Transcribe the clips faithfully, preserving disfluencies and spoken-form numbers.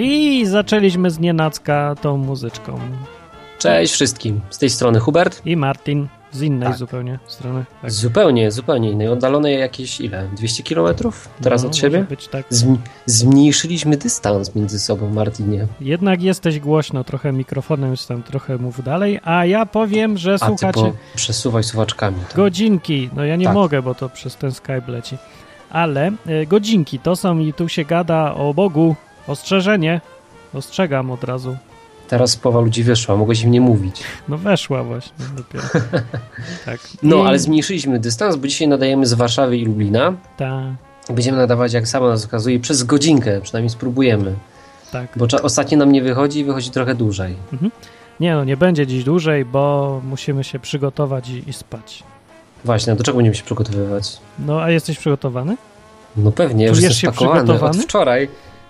I zaczęliśmy z nienacka tą muzyczką. Cześć wszystkim. Z tej strony Hubert. I Martin. Z innej tak. zupełnie strony. Tak. Zupełnie, zupełnie innej. Oddalonej jakieś ile? dwieście kilometrów? Teraz no, od siebie? Być tak. Zm- zmniejszyliśmy dystans między sobą, Martinie. Jednak jesteś głośno, trochę mikrofonem już tam trochę mów dalej, a ja powiem, że a słuchacie... ty po... przesuwaj suwaczkami. Tak. Godzinki. No ja nie tak. mogę, bo to przez ten Skype leci. Ale y, godzinki to są i tu się gada o Bogu. Ostrzeżenie. Ostrzegam od razu. Teraz połowa ludzi wyszła, mogłeś im nie mówić. No weszła właśnie dopiero. tak. No, I... ale zmniejszyliśmy dystans, bo dzisiaj nadajemy z Warszawy i Lublina. Tak. Będziemy nadawać, jak sama nas okazuje, przez godzinkę, przynajmniej spróbujemy. Tak. Bo cza- ostatnio nam nie wychodzi i wychodzi trochę dłużej. Mhm. Nie no, nie będzie dziś dłużej, bo musimy się przygotować i, i spać. Właśnie, a do czego będziemy się przygotowywać? No, a jesteś przygotowany? No pewnie, już Czujesz jestem się spakowany przygotowany? od wczoraj.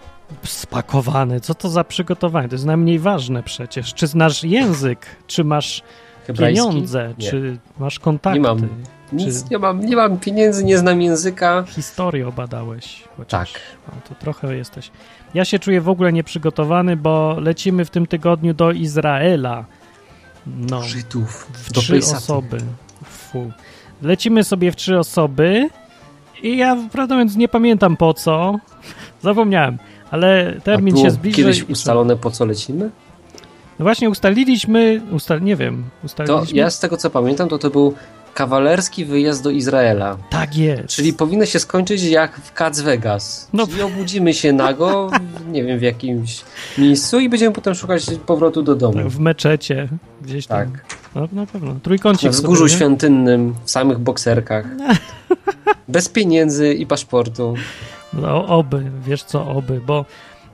Spakowany. Co to za przygotowanie? To jest najmniej ważne przecież. Czy znasz język? Czy masz Hebrajski? pieniądze? Nie. Czy masz kontakty? Nie mam. Nic Czy... nie mam, nie mam pieniędzy, nie znam języka. Historię obadałeś. Chociaż, Tak. No, to trochę jesteś. Ja się czuję w ogóle nieprzygotowany, bo lecimy w tym tygodniu do Izraela. No. Żydów. W Do trzy Pejsaty. osoby. Fu. Lecimy sobie w trzy osoby i ja prawdę mówiąc nie pamiętam po co. Zapomniałem, ale termin A było się zbliża. kiedyś i- ustalone, po co lecimy? No właśnie ustaliliśmy, ustal... nie wiem, To ustaliliśmy. ja z tego co pamiętam, to to był kawalerski wyjazd do Izraela. Tak jest. Czyli powinno się skończyć jak w Cats Vegas. No. Czyli obudzimy się nago, w- nie wiem, w jakimś miejscu i będziemy potem szukać powrotu do domu. W meczecie gdzieś tam. Tak. No na pewno. Trójkącik Na wzgórzu sobie, nie? świątynnym, w samych bokserkach. Bez pieniędzy i paszportu. No oby, wiesz co, oby, bo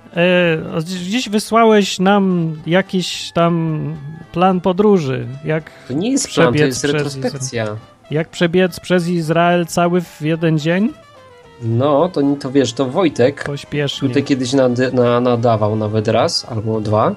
e, gdzieś wysłałeś nam jakiś tam plan podróży, jak To nie jest plan, to przebiec jest przez retrospekcja. Jak przebiec przez Izrael cały w jeden dzień? No, to, to wiesz, to Wojtek Pośpiesznie. tutaj kiedyś nad, na, nadawał nawet raz albo dwa.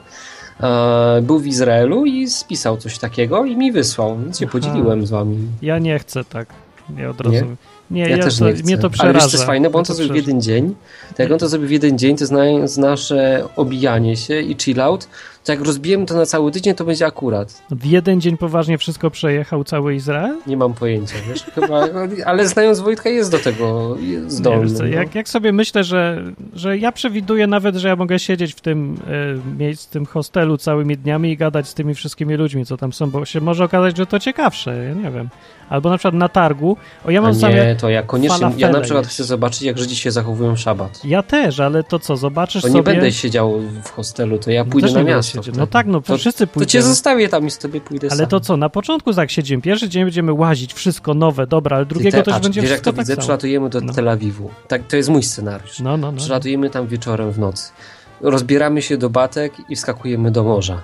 E, był w Izraelu i spisał coś takiego i mi wysłał, więc się Aha. podzieliłem z wami. Ja nie chcę tak. Ja od razu... Nie? Nie, Ja, ja też to, nie chcę. mnie to Ale przeraża. wiesz, co jest fajne, bo on Mnie to to zrobił w przeraża. jeden dzień. To jak on to zrobił w jeden dzień, to zna, z nasze obijanie się i chill out, to jak rozbijemy to na cały tydzień, to będzie akurat. W jeden dzień poważnie wszystko przejechał cały Izrael? Nie mam pojęcia, wiesz, chyba, ale znając Wojtka jest do tego zdolny. Nie, wiesz co, no. jak, jak sobie myślę, że, że ja przewiduję nawet, że ja mogę siedzieć w tym e, miejscu, w tym hostelu całymi dniami i gadać z tymi wszystkimi ludźmi, co tam są, bo się może okazać, że to ciekawsze, ja nie wiem. Albo na przykład na targu. O, ja mam A zamiar... nie, to ja koniecznie, ja falafele na przykład jeść. chcę zobaczyć, jak Żydzi się zachowują w szabat. Ja też, ale to co, zobaczysz To sobie... nie będę siedział w hostelu, to ja No pójdę też na nie będę miasto. siedział. wtedy. No tak, no to, wszyscy to pójdziemy. cię zostawię tam i sobie pójdę Ale sam. to co, na początku tak siedzimy, pierwszy dzień będziemy łazić, wszystko nowe, dobra, ale drugiego Ty te, też a, będzie wiesz, jak wszystko to tak widzę, samo. przelatujemy do No. Tel Awiwu. Tak, to jest mój scenariusz. No, no, no. Przelatujemy tam wieczorem w nocy. Rozbieramy się do batek i wskakujemy do morza.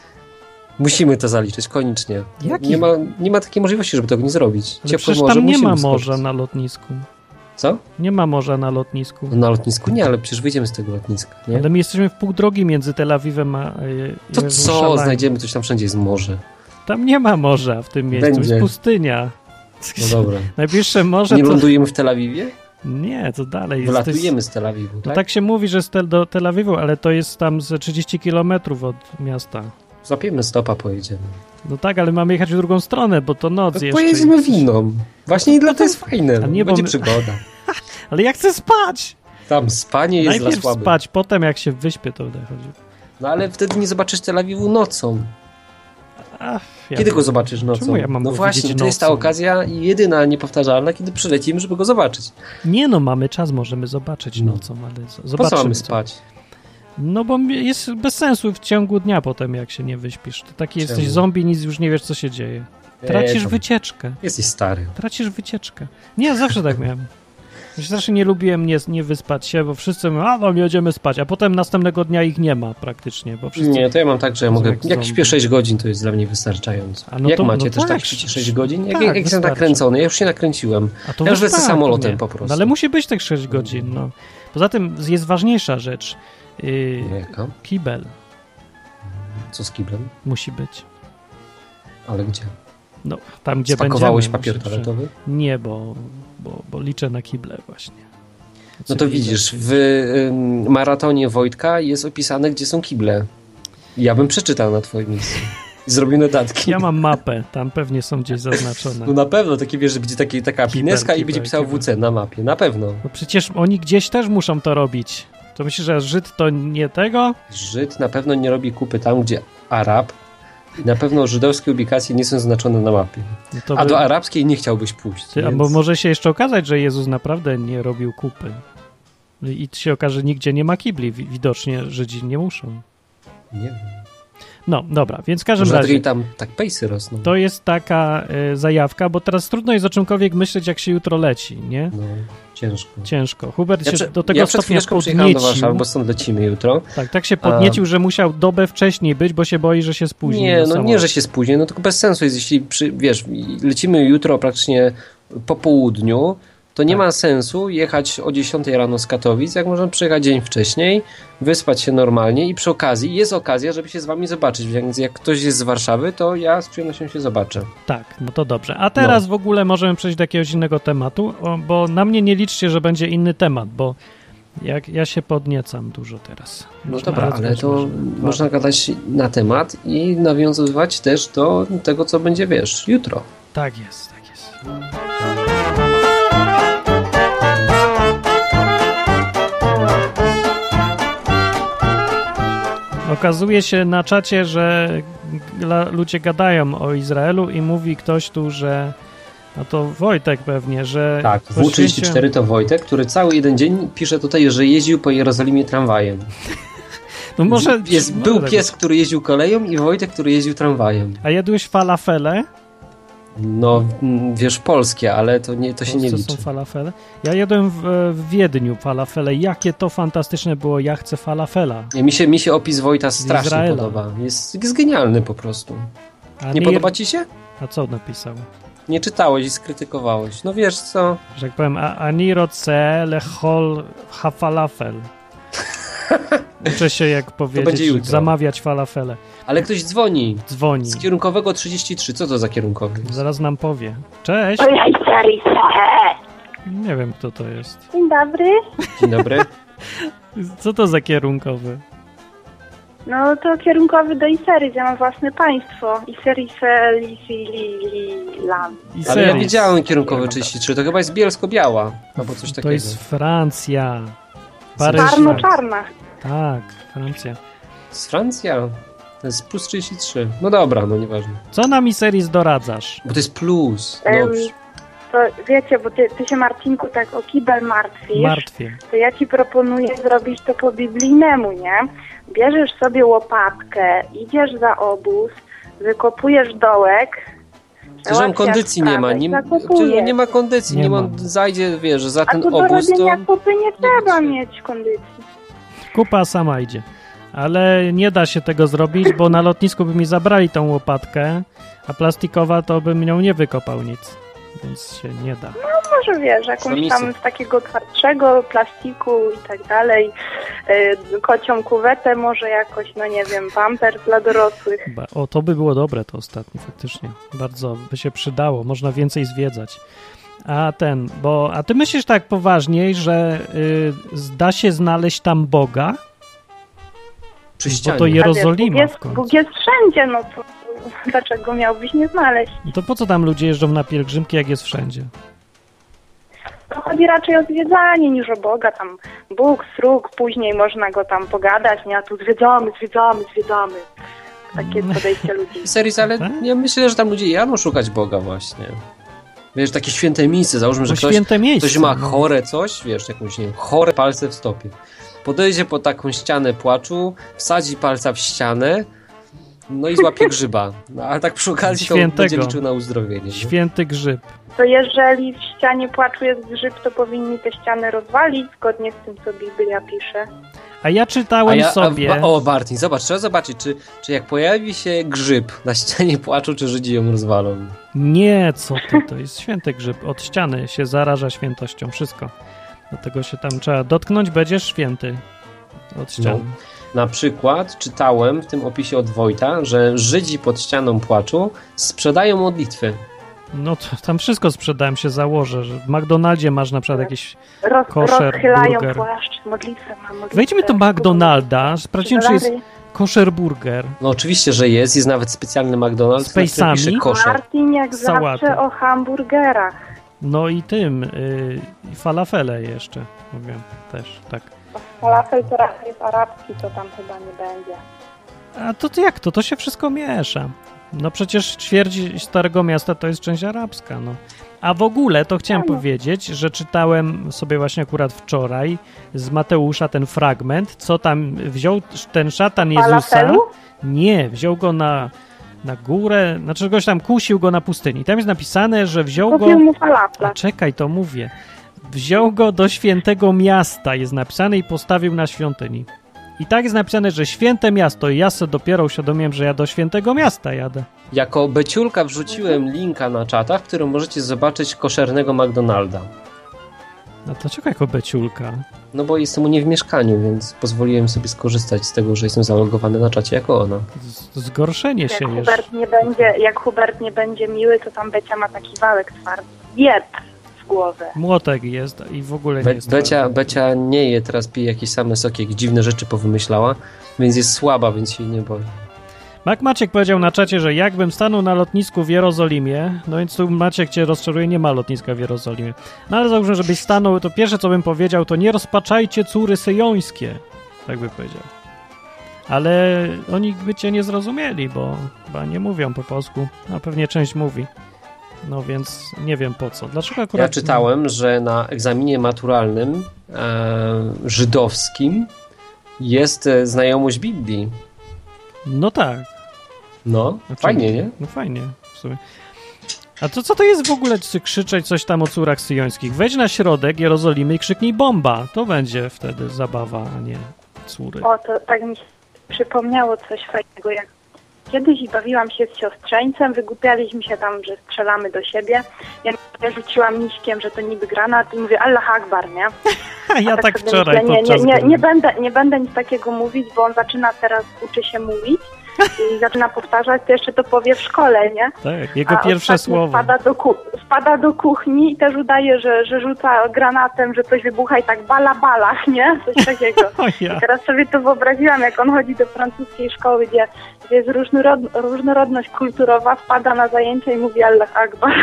Musimy to zaliczyć, koniecznie. Jaki? Nie ma, nie ma takiej możliwości, żeby tego nie zrobić. Ale Ciepłe przecież morze tam nie musimy ma wskoczyć. morza na lotnisku. Co? Nie ma morza na lotnisku. No na lotnisku nie, ale przecież wyjdziemy z tego lotniska, nie? Ale my jesteśmy w pół drogi między Tel Awiwem a y, To Jeruzalem. co? Znajdziemy coś, tam wszędzie jest morze. Tam nie ma morza w tym miejscu, Będzie. jest pustynia. No dobra. Najbliższe morze Nie to... lądujemy w Tel Awiwie? Nie, to dalej jest. Wylatujemy z Tel Awiwu, No tak? tak się mówi, że z tel, do Tel Awiwu, ale to jest tam ze trzydzieści kilometrów od miasta. Złapiemy stopa, pojedziemy. No tak, ale mamy jechać w drugą stronę, bo to noc To jeszcze. pojedziemy winą. Właśnie i dla to jest fajne. A nie, bo Będzie my- przygoda. Ale ja chcę spać! Tam spanie jest Najpierw dla słabych. spać, potem jak się wyśpię, to będę chodził. No ale wtedy nie zobaczysz Tel Awiwu nocą. Ach, ja Kiedy wiem. go zobaczysz nocą? Czemu ja mam no go właśnie, widzieć to jest ta nocą? okazja i jedyna niepowtarzalna, kiedy przylecimy, żeby go zobaczyć. Nie no, mamy czas, możemy zobaczyć No. nocą, ale z- Po co zobaczymy. mamy co. spać? No bo jest bez sensu w ciągu dnia potem, jak się nie wyśpisz. Ty taki jesteś Czemu? zombie, nic już nie wiesz, co się dzieje. Tracisz Eee, tam wycieczkę. Jesteś stary. Tracisz wycieczkę. Nie, ja zawsze tak miałem. Ja strasznie nie lubiłem nie, nie wyspać się, bo wszyscy mówią, a no nie jedziemy spać, a potem następnego dnia ich nie ma praktycznie, bo wszyscy... Nie, to ja mam tak, że ja Są mogę... jak Jak zombie. śpię sześć godzin, to jest dla mnie wystarczająco. A no jak to- macie? no też tak, tak śpicie sześć godzin? Jak, tak, jak jestem wystarczy. nakręcony? Ja już się nakręciłem. A to Ja już lecę tak, samolotem nie. po prostu. No, ale musi być tych sześć godzin, no. Poza tym jest ważniejsza rzecz. Yy, Jaka? kibel Co z kiblem? musi być. Ale gdzie? No, tam gdzie Spakowałeś będziemy. papier musi- toaletowy? Nie, bo, bo, bo liczę na kible właśnie. No to widzisz, w y, maratonie Wojtka jest opisane, gdzie są kible. Ja bym przeczytał na twoim miejscu. Zrobił notatki. Ja mam mapę, tam pewnie są gdzieś zaznaczone. No na pewno, takie wiesz, że będzie taki, taka pineska i będzie pisał W C na mapie, na pewno. No przecież oni gdzieś też muszą to robić. To myślisz, że Żyd to nie tego? Żyd na pewno nie robi kupy tam, gdzie Arab. I na pewno żydowskie ubikacje nie są zaznaczone na mapie. No a by... do arabskiej nie chciałbyś pójść. Ty, więc... Bo może się jeszcze okazać, że Jezus naprawdę nie robił kupy. I się okaże, że nigdzie nie ma kibli. Widocznie Żydzi nie muszą. Nie wiem. No, dobra, więc w każdym Może razie... tam tak pejsy rosną. To jest taka y, zajawka, bo teraz trudno jest o czymkolwiek myśleć, jak się jutro leci, nie? No, ciężko. Ciężko. Hubert ja się prze, do tego ja stopnia podniecił. przyjechałem do Warszawy, bo stąd lecimy jutro. Tak, tak się podniecił, A... że musiał dobę wcześniej być, bo się boi, że się spóźni. Nie, no nie, że się spóźni, no tylko bez sensu jest, jeśli, przy, wiesz, lecimy jutro praktycznie po południu, to nie tak. ma sensu jechać o dziesiątej rano z Katowic, jak można przyjechać dzień wcześniej, wyspać się normalnie i przy okazji jest okazja, żeby się z wami zobaczyć, więc jak ktoś jest z Warszawy, to ja z przyjemnością się zobaczę. Tak, no to dobrze. A teraz no. w ogóle możemy przejść do jakiegoś innego tematu, bo na mnie nie liczcie, że będzie inny temat, bo jak ja się podniecam dużo teraz. No można dobra, ale to może. można gadać na temat i nawiązywać też do tego, co będzie, wiesz, jutro. Tak jest, tak jest. Okazuje się na czacie, że ludzie gadają o Izraelu i mówi ktoś tu, że no to Wojtek pewnie, że... Tak, W trzydzieści cztery to Wojtek, który cały jeden dzień pisze tutaj, że jeździł po Jerozolimie tramwajem. No może... Jest, może był tak pies, który jeździł koleją i Wojtek, który jeździł tramwajem. A jadłeś falafele? No, wiesz, polskie, ale to, nie, to się nie liczy. są falafele? Ja jadłem w, w Wiedniu falafele. Jakie to fantastyczne było. Ja chcę falafela. Nie, mi, się, mi się opis Wojta strasznie Izraela. podoba. Jest, jest genialny po prostu. A nie, nie podoba ci się? A co napisał? Nie czytałeś i skrytykowałeś. No wiesz co? Że jak powiem, ani roce lechol ha falafel. Uczę się jak powiedzieć, zamawiać falafele. Ale ktoś dzwoni. Dzwoni. Z kierunkowego trzydzieści trzy. Co to za kierunkowy? Zaraz nam powie. Cześć. Nie wiem, kto to jest. Dzień dobry. Dzień dobry. Co to za kierunkowy? No to kierunkowy do Iseris. Ja mam własne państwo. Iseris, Land. Ale ja widziałem kierunkowy trzydzieści trzy. To chyba jest Bielsko-Biała. Albo coś takiego. To jest Francja. Czarno-czarna. Tak, Francja. Z Francja? To jest plus trzydzieści trzy. No dobra, no nieważne. Co nam Iseris doradzasz? Bo to jest plus. Dobrze. Um, to wiecie, bo ty, ty się, Marcinku, tak o kibel martwisz. Martwię. To ja ci proponuję zrobić to po biblijnemu, nie? Bierzesz sobie łopatkę, idziesz za obóz, wykopujesz dołek. Że on kondycji nie ma. Nie, nie ma kondycji. Nie, nie ma. Zajdzie, wiesz, za ten obóz. A do robienia kupy nie trzeba mieć kondycji. Kupa sama idzie. Ale nie da się tego zrobić, bo na lotnisku by mi zabrali tą łopatkę, a plastikowa to bym nią nie wykopał nic. Więc się nie da. No może wiesz, jakąś tam z takiego twardszego plastiku i tak dalej. Yy, kocią kuwetę może jakoś, no nie wiem, pampers dla dorosłych. O, to by było dobre to ostatnie, faktycznie. Bardzo by się przydało. Można więcej zwiedzać. A ten, bo, a ty myślisz tak poważniej, że yy, da się znaleźć tam Boga? Przy ścianie. Bo to Jerozolima Bóg jest, w końcu. Bóg jest wszędzie, no to dlaczego miałbyś nie znaleźć? No to po co tam ludzie jeżdżą na pielgrzymki, jak jest wszędzie? To chodzi raczej o zwiedzanie niż o Boga. Tam Bóg, sruk, później można go tam pogadać, nie? A tu zwiedzamy, zwiedzamy, zwiedzamy. Takie podejście ludzi. Serio, ale ja myślę, że tam ludzie jadą szukać Boga właśnie. Wiesz, takie święte miejsce, załóżmy, że ktoś, miejsce, ktoś ma chore coś, wiesz, jakąś, nie wiem, chore palce w stopie. Podejdzie po taką ścianę płaczu, wsadzi palca w ścianę, no i złapie grzyba. No, ale tak przy okazji to będzie liczył na uzdrowienie. Nie? Święty grzyb. To jeżeli w ścianie płaczu jest grzyb, to powinni te ściany rozwalić, zgodnie z tym, co Biblia pisze. A ja czytałem a ja, sobie... A, o, Bartni, zobacz, trzeba zobaczyć, czy, czy jak pojawi się grzyb na ścianie płaczu, czy Żydzi ją rozwalą. Nie, co ty, to jest święty grzyb. Od ściany się zaraża świętością, wszystko. Dlatego się tam trzeba dotknąć, będziesz święty. Od ściany. No. Na przykład czytałem w tym opisie od Wojta, że Żydzi pod ścianą płaczu sprzedają modlitwy. No to tam wszystko sprzedałem, się założę, że w McDonaldzie masz na przykład jakiś Roz, kosher rozchylają burger. płaszcz, modlitwę ma, modlitwę. Wejdźmy do McDonalda, sprawdźmy, czy jest kosher burger. No oczywiście, że jest, jest nawet specjalny McDonald's, z pejsami. Martin jak sałaty. Zawsze o hamburgerach. No i tym, yy, falafele jeszcze, mówię też, tak. Falafel to raczej jest arabski, to tam chyba nie będzie. A to, to jak to? To się wszystko miesza. No przecież ćwierć Starego Miasta to jest część arabska, no. A w ogóle to chciałem no. powiedzieć, że czytałem sobie właśnie akurat wczoraj z Mateusza ten fragment, co tam wziął ten szatan Jezusa. Falafelu? Nie, wziął go na, na górę, znaczy goś tam kusił go na pustyni. Tam jest napisane, że wziął Kupił go... mu falafla. A czekaj, to mówię. Wziął go do świętego miasta, jest napisane, i postawił na świątyni. I tak jest napisane, że święte miasto, i ja sobie dopiero uświadomiłem, że ja do świętego miasta jadę. Jako beciulka wrzuciłem linka na czatach, w którym możecie zobaczyć koszernego McDonalda. No to czekaj, jako beciulka. No bo jestem u niej w mieszkaniu, więc pozwoliłem sobie skorzystać z tego, że jestem zalogowany na czacie jako ona. Z, zgorszenie jak się Hubert nie będzie, Jak Hubert nie będzie miły, to tam Becia ma taki wałek twardy. Jeb w głowę. Młotek jest i w ogóle nie Be- jest Becia, Becia nie je, teraz pije jakieś same soki, jakieś dziwne rzeczy powymyślała, więc jest słaba, więc się nie boi. Mac Maciek powiedział na czacie, że jakbym stanął na lotnisku w Jerozolimie, no więc tu Maciek cię rozczaruje, nie ma lotniska w Jerozolimie. No ale załóżmy, żebyś stanął, to pierwsze co bym powiedział, to nie rozpaczajcie córy syjońskie. Tak by powiedział. Ale oni by cię nie zrozumieli, bo chyba nie mówią po polsku, a pewnie część mówi. No więc nie wiem po co. Dlaczego akurat... Ja czytałem, że na egzaminie maturalnym e, żydowskim jest e, znajomość Biblii. No tak. No, znaczy, fajnie, nie? No fajnie, w sumie. A to co to jest w ogóle krzyczeć coś tam o córach syjońskich? Wejdź na środek Jerozolimy i krzyknij bomba. To będzie wtedy zabawa, a nie córy. O, to tak mi się przypomniało coś fajnego, jak kiedyś bawiłam się z siostrzeńcem, wygłupialiśmy się tam, że strzelamy do siebie. Ja rzuciłam niśkiem, że to niby granat i mówię Allah Akbar, nie? Ja tak, tak wczoraj myślę, nie, nie, nie, nie, będę, nie będę nic takiego mówić, bo on zaczyna teraz, uczy się mówić i zaczyna powtarzać, to jeszcze to powie w szkole, nie? Tak, jego A pierwsze słowo. Wpada do, ku- wpada do kuchni i też udaje, że, że rzuca granatem, że coś wybucha i tak bala balach, nie? Coś takiego. Ja. I teraz sobie to wyobraziłam, jak on chodzi do francuskiej szkoły, gdzie, gdzie jest różnorod- różnorodność kulturowa, wpada na zajęcia i mówi Allah Akbar.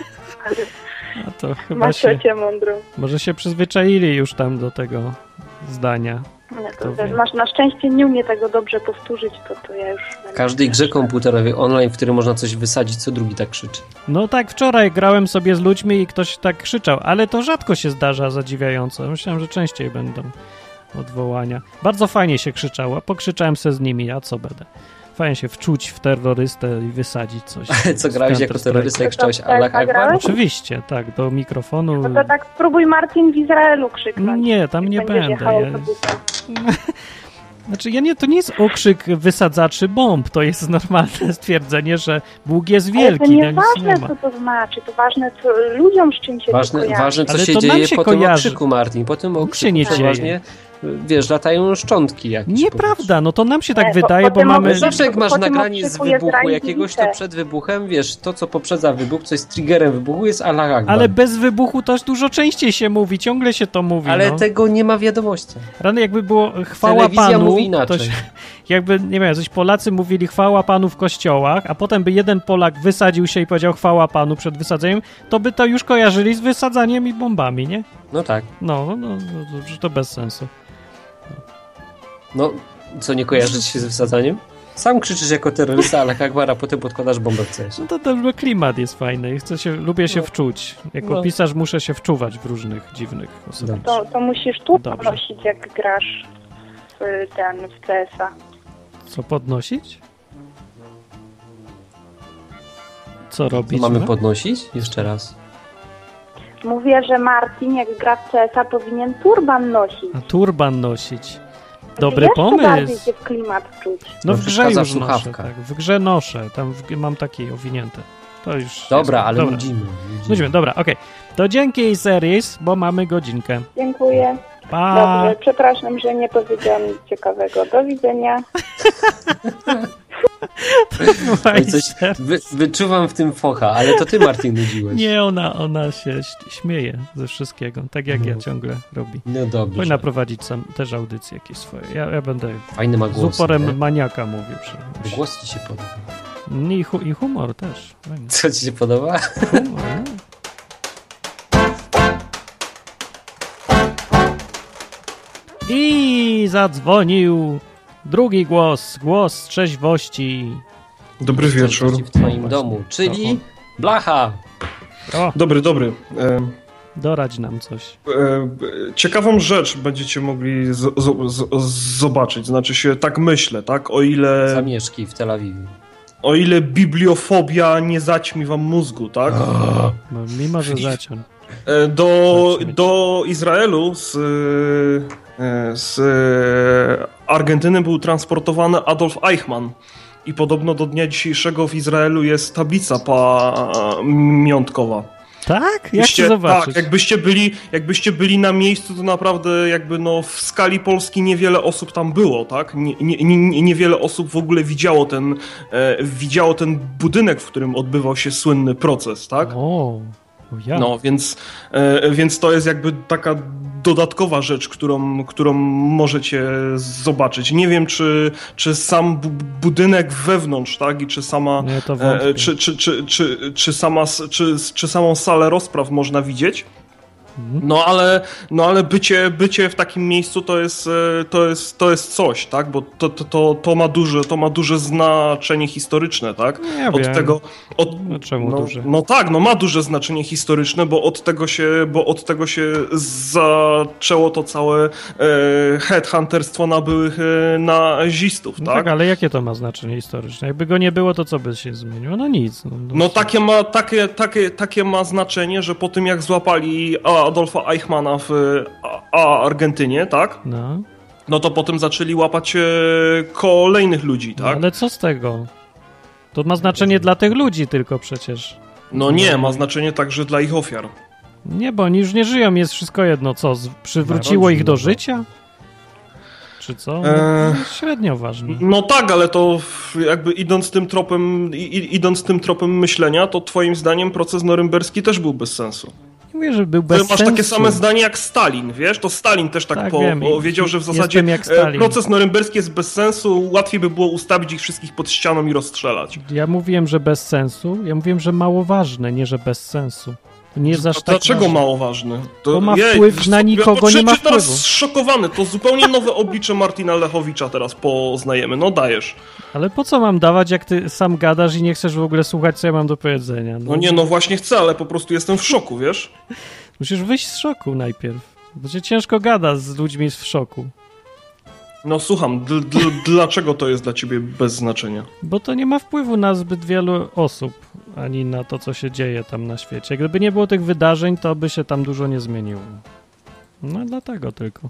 A to chyba Ma się... ciocię mądrą. Może się przyzwyczaili już tam do tego zdania. Nie, to też masz, na szczęście nie umie tego dobrze powtórzyć, to, to ja już... W każdej grze komputerowej online, w której można coś wysadzić, co drugi tak krzyczy. No tak, wczoraj grałem sobie z ludźmi i ktoś tak krzyczał, ale to rzadko się zdarza, zadziwiająco. Myślałem, że częściej będą odwołania. Bardzo fajnie się krzyczało, pokrzyczałem se z nimi, a co będę? Fajnie się wczuć w terrorystę i wysadzić coś. Co grałeś jako terrorysta, jak krzyczałeś Allah Akbar? Oczywiście, tak, do mikrofonu. No to tak spróbuj Martin w Izraelu krzyknąć. Nie, tam nie będę. Ja... Znaczy, ja nie, to nie jest okrzyk wysadzaczy bomb, to jest normalne stwierdzenie, że Bóg jest wielki. Ale to nie ważne, nie co to znaczy, to ważne, co ludziom z czym się ważne, to kojarzy. Ważne, co ale się to dzieje się po kojarzy. tym okrzyku, Martin. Po tym okrzyku się nie przeważnie, wiesz, latają szczątki jakieś. Nieprawda, no to nam się tak nie, wydaje, po, bo po mamy... Zawsze jak masz nagranie z wybuchu jest jakiegoś, to przed wybuchem, wiesz, to co poprzedza wybuch, co jest triggerem wybuchu, jest Allah Akbar. Ale bez wybuchu to dużo częściej się mówi, ciągle się to mówi. Ale no. tego nie ma wiadomości. Rany jakby było chwała Telewizja Panu, mówi inaczej. to się, jakby, nie wiem, coś Polacy mówili chwała Panu w kościołach, a potem by jeden Polak wysadził się i powiedział chwała Panu przed wysadzeniem, to by to już kojarzyli z wysadzaniem i bombami, nie? No tak. No, no, no to, to bez sensu. No, co, nie kojarzyć się z wysadzaniem? Sam krzyczysz jako terrorysta Allah Akbar, a potem podkładasz bombę w C S. No to też klimat jest fajny. Chcę się, lubię się no. wczuć. Jako no. pisarz muszę się wczuwać w różnych dziwnych osobach. To, to musisz tu podnosić, jak grasz w ten, w C S a. Co podnosić? Co robić? Co mamy no? podnosić? Jeszcze raz. Mówię, że Martin, jak gra w C S a, powinien turban nosić. A turban nosić. Dobry Jeszcze pomysł. bardziej się w klimat wczuć. No w grze już słuchawka. noszę, tak. W grze noszę. Tam w, mam takie owinięte. To już Dobra, jest, ale dobra. nudzimy. Nudzimy, dobra, okej. Okay. To dzięki series, bo mamy godzinkę. Dziękuję. Pa! Dobrze, przepraszam, że nie powiedziałam nic ciekawego. Do widzenia. Oj, coś wy, wyczuwam w tym focha, ale to ty, Martin, nudziłeś. Nie, ona, ona się śmieje ze wszystkiego, tak jak no. ja ciągle robi. No dobrze. Powinna prowadzić sam też audycje jakieś swoje. Ja, ja będę Fajny ma głos, z uporem nie? maniaka mówił. Głos ci się podoba. I, hu, i humor też. Fajnie. Co ci się podoba? Humor, no. I zadzwonił drugi głos, głos trzeźwości. Dobry wieczór. W twoim domu, czyli Blacha. O. Dobry, dobry. E... Doradź nam coś. E... Ciekawą rzecz będziecie mogli z, z, z, zobaczyć. Znaczy się, tak myślę, tak? O ile... Zamieszki w Tel Awiwie. O ile bibliofobia nie zaćmi wam mózgu, tak? No, mimo, że zaciął. Do, do Izraelu z, z Argentyny był transportowany Adolf Eichmann i podobno do dnia dzisiejszego w Izraelu jest tablica pamiątkowa. Tak? Jak to zobaczyć? Tak, jakbyście byli, jakbyście byli na miejscu, to naprawdę jakby no w skali Polski niewiele osób tam było, tak? Nie, nie, nie, niewiele osób w ogóle widziało ten, e, widziało ten budynek, w którym odbywał się słynny proces, tak? O. Ja. No, więc, e, więc to jest jakby taka dodatkowa rzecz, którą, którą możecie zobaczyć. Nie wiem, czy, czy sam bu- budynek wewnątrz, tak, i czy sama, Nie, to e, czy, czy, czy, czy, czy, sama czy, czy samą salę rozpraw można widzieć. No ale, no ale bycie, bycie w takim miejscu to jest, to jest, to jest coś, tak? Bo to, to, to, to, ma duże, to ma duże znaczenie historyczne, tak? Nie od wiem. tego. Od, no, czemu no, duże? No tak, no ma duże znaczenie historyczne, bo od tego się, bo od tego się zaczęło to całe e, headhunterstwo na byłych e, nazistów, no tak? Tak, ale jakie to ma znaczenie historyczne? Jakby go nie było, to co by się zmieniło? No nic. No, no, no takie, ma, takie, takie, takie ma znaczenie, że po tym jak złapali Adolfa Eichmana w a, Argentynie, tak? No. No to potem zaczęli łapać e, kolejnych ludzi, tak? No, ale co z tego? To ma znaczenie dla tych ludzi tylko przecież. No nie, ma znaczenie także dla ich ofiar. Nie, bo oni już nie żyją, jest wszystko jedno. Co, z- przywróciło ich do życia? Czy co? No, Eee, średnio ważne. No tak, ale to jakby idąc tym tropem, i, idąc tym tropem myślenia, to twoim zdaniem proces norymberski też był bez sensu. Nie mówię, że był bez Ty masz sensu. takie same zdanie jak Stalin, wiesz? To Stalin też tak, Tak, po, wiem. powiedział, że w zasadzie jak Stalin. proces norymberski jest bez sensu, łatwiej by było ustawić ich wszystkich pod ścianą i rozstrzelać. Ja mówiłem, że bez sensu, ja mówiłem, że mało ważne, nie że bez sensu. To nie jest aż tak Dlaczego ważne. mało ważne? To Bo ma jej, wpływ na nikogo, ja nie ma teraz wpływu. zszokowany, to zupełnie nowe oblicze Martina Lechowicza teraz poznajemy, no dajesz. Ale po co mam dawać, jak ty sam gadasz i nie chcesz w ogóle słuchać, co ja mam do powiedzenia? No, No nie, no właśnie chcę, ale po prostu jestem w szoku, wiesz? Musisz wyjść z szoku najpierw, bo się ciężko gada z ludźmi w szoku. No słucham, d- d- dlaczego to jest dla ciebie bez znaczenia? Bo to nie ma wpływu na zbyt wielu osób, ani na to, co się dzieje tam na świecie. Gdyby nie było tych wydarzeń, to by się tam dużo nie zmieniło. No dlatego tylko.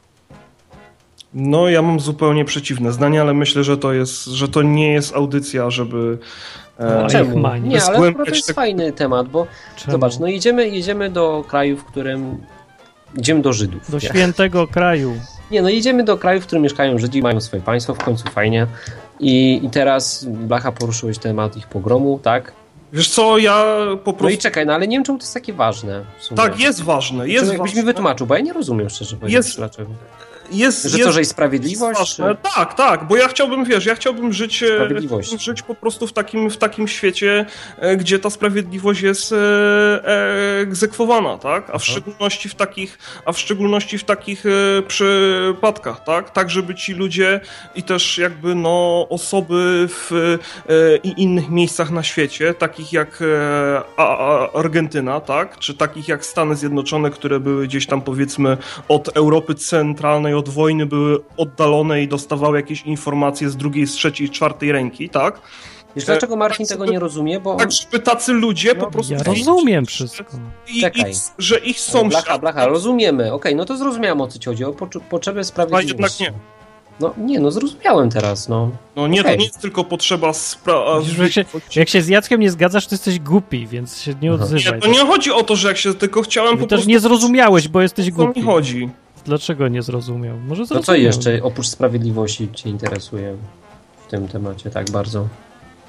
No ja mam zupełnie przeciwne zdanie, ale myślę, że to jest, że to nie jest audycja, żeby... E, Czemu? Nie, ale akurat to jest tak... fajny temat, bo Czemu? zobacz, no idziemy, jedziemy do kraju, w którym... Idziemy do Żydów. Do świętego kraju. Nie, no idziemy do kraju, w którym mieszkają Żydzi, mają swoje państwo, w końcu fajnie. I, i teraz, Blacha, poruszyłeś temat ich pogromu, tak? Wiesz co, ja po prostu... No i czekaj, no ale nie wiem, czemu to jest takie ważne. W sumie. Tak, jest ważne, jest Jakbyś ważne. mi wytłumaczył, bo ja nie rozumiem, szczerze powiedziawszy, Jest- dlaczego. Jest, Że jest, to, że jest sprawiedliwość? jest ważne. Tak, tak, bo ja chciałbym, wiesz, ja chciałbym żyć, e, Sprawiedliwość. żyć po prostu w takim, w takim świecie, e, gdzie ta sprawiedliwość jest e, e, egzekwowana, tak? A w szczególności w takich, a w szczególności w takich e, przypadkach, tak? Tak, żeby ci ludzie i też jakby no osoby w e, i innych miejscach na świecie, takich jak e, a, a, Argentyna, tak? Czy takich jak Stany Zjednoczone, które były gdzieś tam powiedzmy od Europy Centralnej, od wojny były oddalone i dostawały jakieś informacje z drugiej, z trzeciej, czwartej ręki, tak? Wiesz, dlaczego Marcin tego nie rozumie? Bo Tak, żeby tacy ludzie No, po prostu... Ja rozumiem wszystko. I, Czekaj. ich, że ich sąsiad... Blacha, blacha, rozumiemy. Okej, no to zrozumiałem, o co ci chodzi. O poczu- potrzebę A sprawiedliwości. jednak nie. No nie, no zrozumiałem teraz, no. No nie, Okej. to nie jest tylko potrzeba spra... Widzisz, że się, jak się z Jackiem nie zgadzasz, to jesteś głupi, więc się nie odzywaj. Nie, to nie chodzi o to, że jak się tylko chciałem Ty po też prostu... nie zrozumiałeś, bo jesteś O co głupi. mi chodzi? Dlaczego nie zrozumiał? Może To zrozumiał. co jeszcze oprócz sprawiedliwości cię interesuje w tym temacie tak bardzo?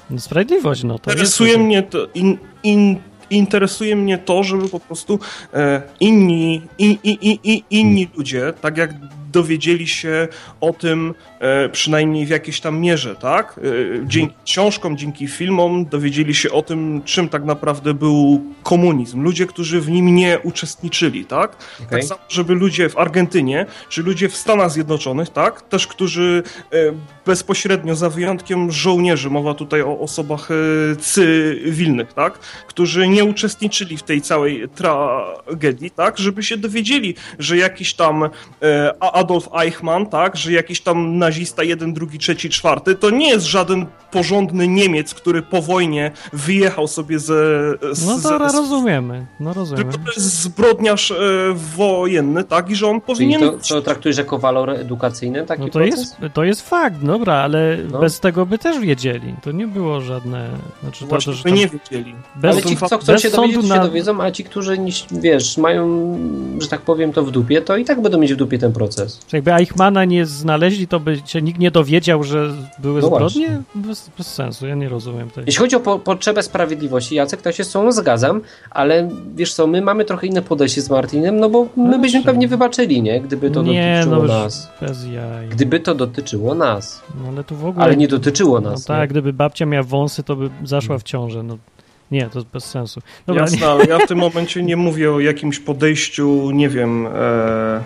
Sprawiedliwość, no to interesuje jest... mnie to... In, in, interesuje mnie to, żeby po prostu e, inni, in, in, in, in, inni ludzie, tak jak dowiedzieli się o tym e, przynajmniej w jakiejś tam mierze, tak? E, dzięki książkom, dzięki filmom dowiedzieli się o tym, czym tak naprawdę był komunizm. Ludzie, którzy w nim nie uczestniczyli, tak? Okay. Tak samo, żeby ludzie w Argentynie, czy ludzie w Stanach Zjednoczonych, tak? Też, którzy e, bezpośrednio, za wyjątkiem żołnierzy, mowa tutaj o osobach e, cywilnych, tak? Którzy nie uczestniczyli w tej całej tragedii, tak? Żeby się dowiedzieli, że jakiś tam e, Adolf Eichmann, tak, że jakiś tam nazista jeden, drugi, trzeci, czwarty, to nie jest żaden porządny Niemiec, który po wojnie wyjechał sobie ze... z, no to z, rozumiemy, no rozumiemy. Tylko to jest zbrodniarz e, wojenny, tak, i że on powinien... Czyli to, to traktujesz jako walor edukacyjny taki no to proces? Jest, to jest fakt, dobra, ale no. bez tego by też wiedzieli. To nie było żadne... Znaczy, Właśnie to, to, by nie wiedzieli. Bez, ale ci, co chcą się dowiedzieć, na... się dowiedzą, a ci, którzy, wiesz, mają, że tak powiem, to w dupie, to i tak będą mieć w dupie ten proces. Czy jakby Eichmana nie znaleźli, to by się nikt nie dowiedział, że były no zbrodnie? Bez, bez sensu, ja nie rozumiem tego. Jeśli chodzi o po, potrzebę sprawiedliwości, Jacek, to się z tobą zgadzam, ale wiesz co, my mamy trochę inne podejście z Martinem, no bo my no byśmy czy... pewnie wybaczyli, nie? Gdyby to nie, dotyczyło no nas. Bez jaj. Gdyby to dotyczyło nas. No, ale, tu w ogóle... ale nie dotyczyło nas. No tak, gdyby babcia miała wąsy, to by zaszła w ciążę, no. Nie, to jest bez sensu. Dobra. Jasne, ale ja w tym momencie nie mówię o jakimś podejściu, nie wiem, e,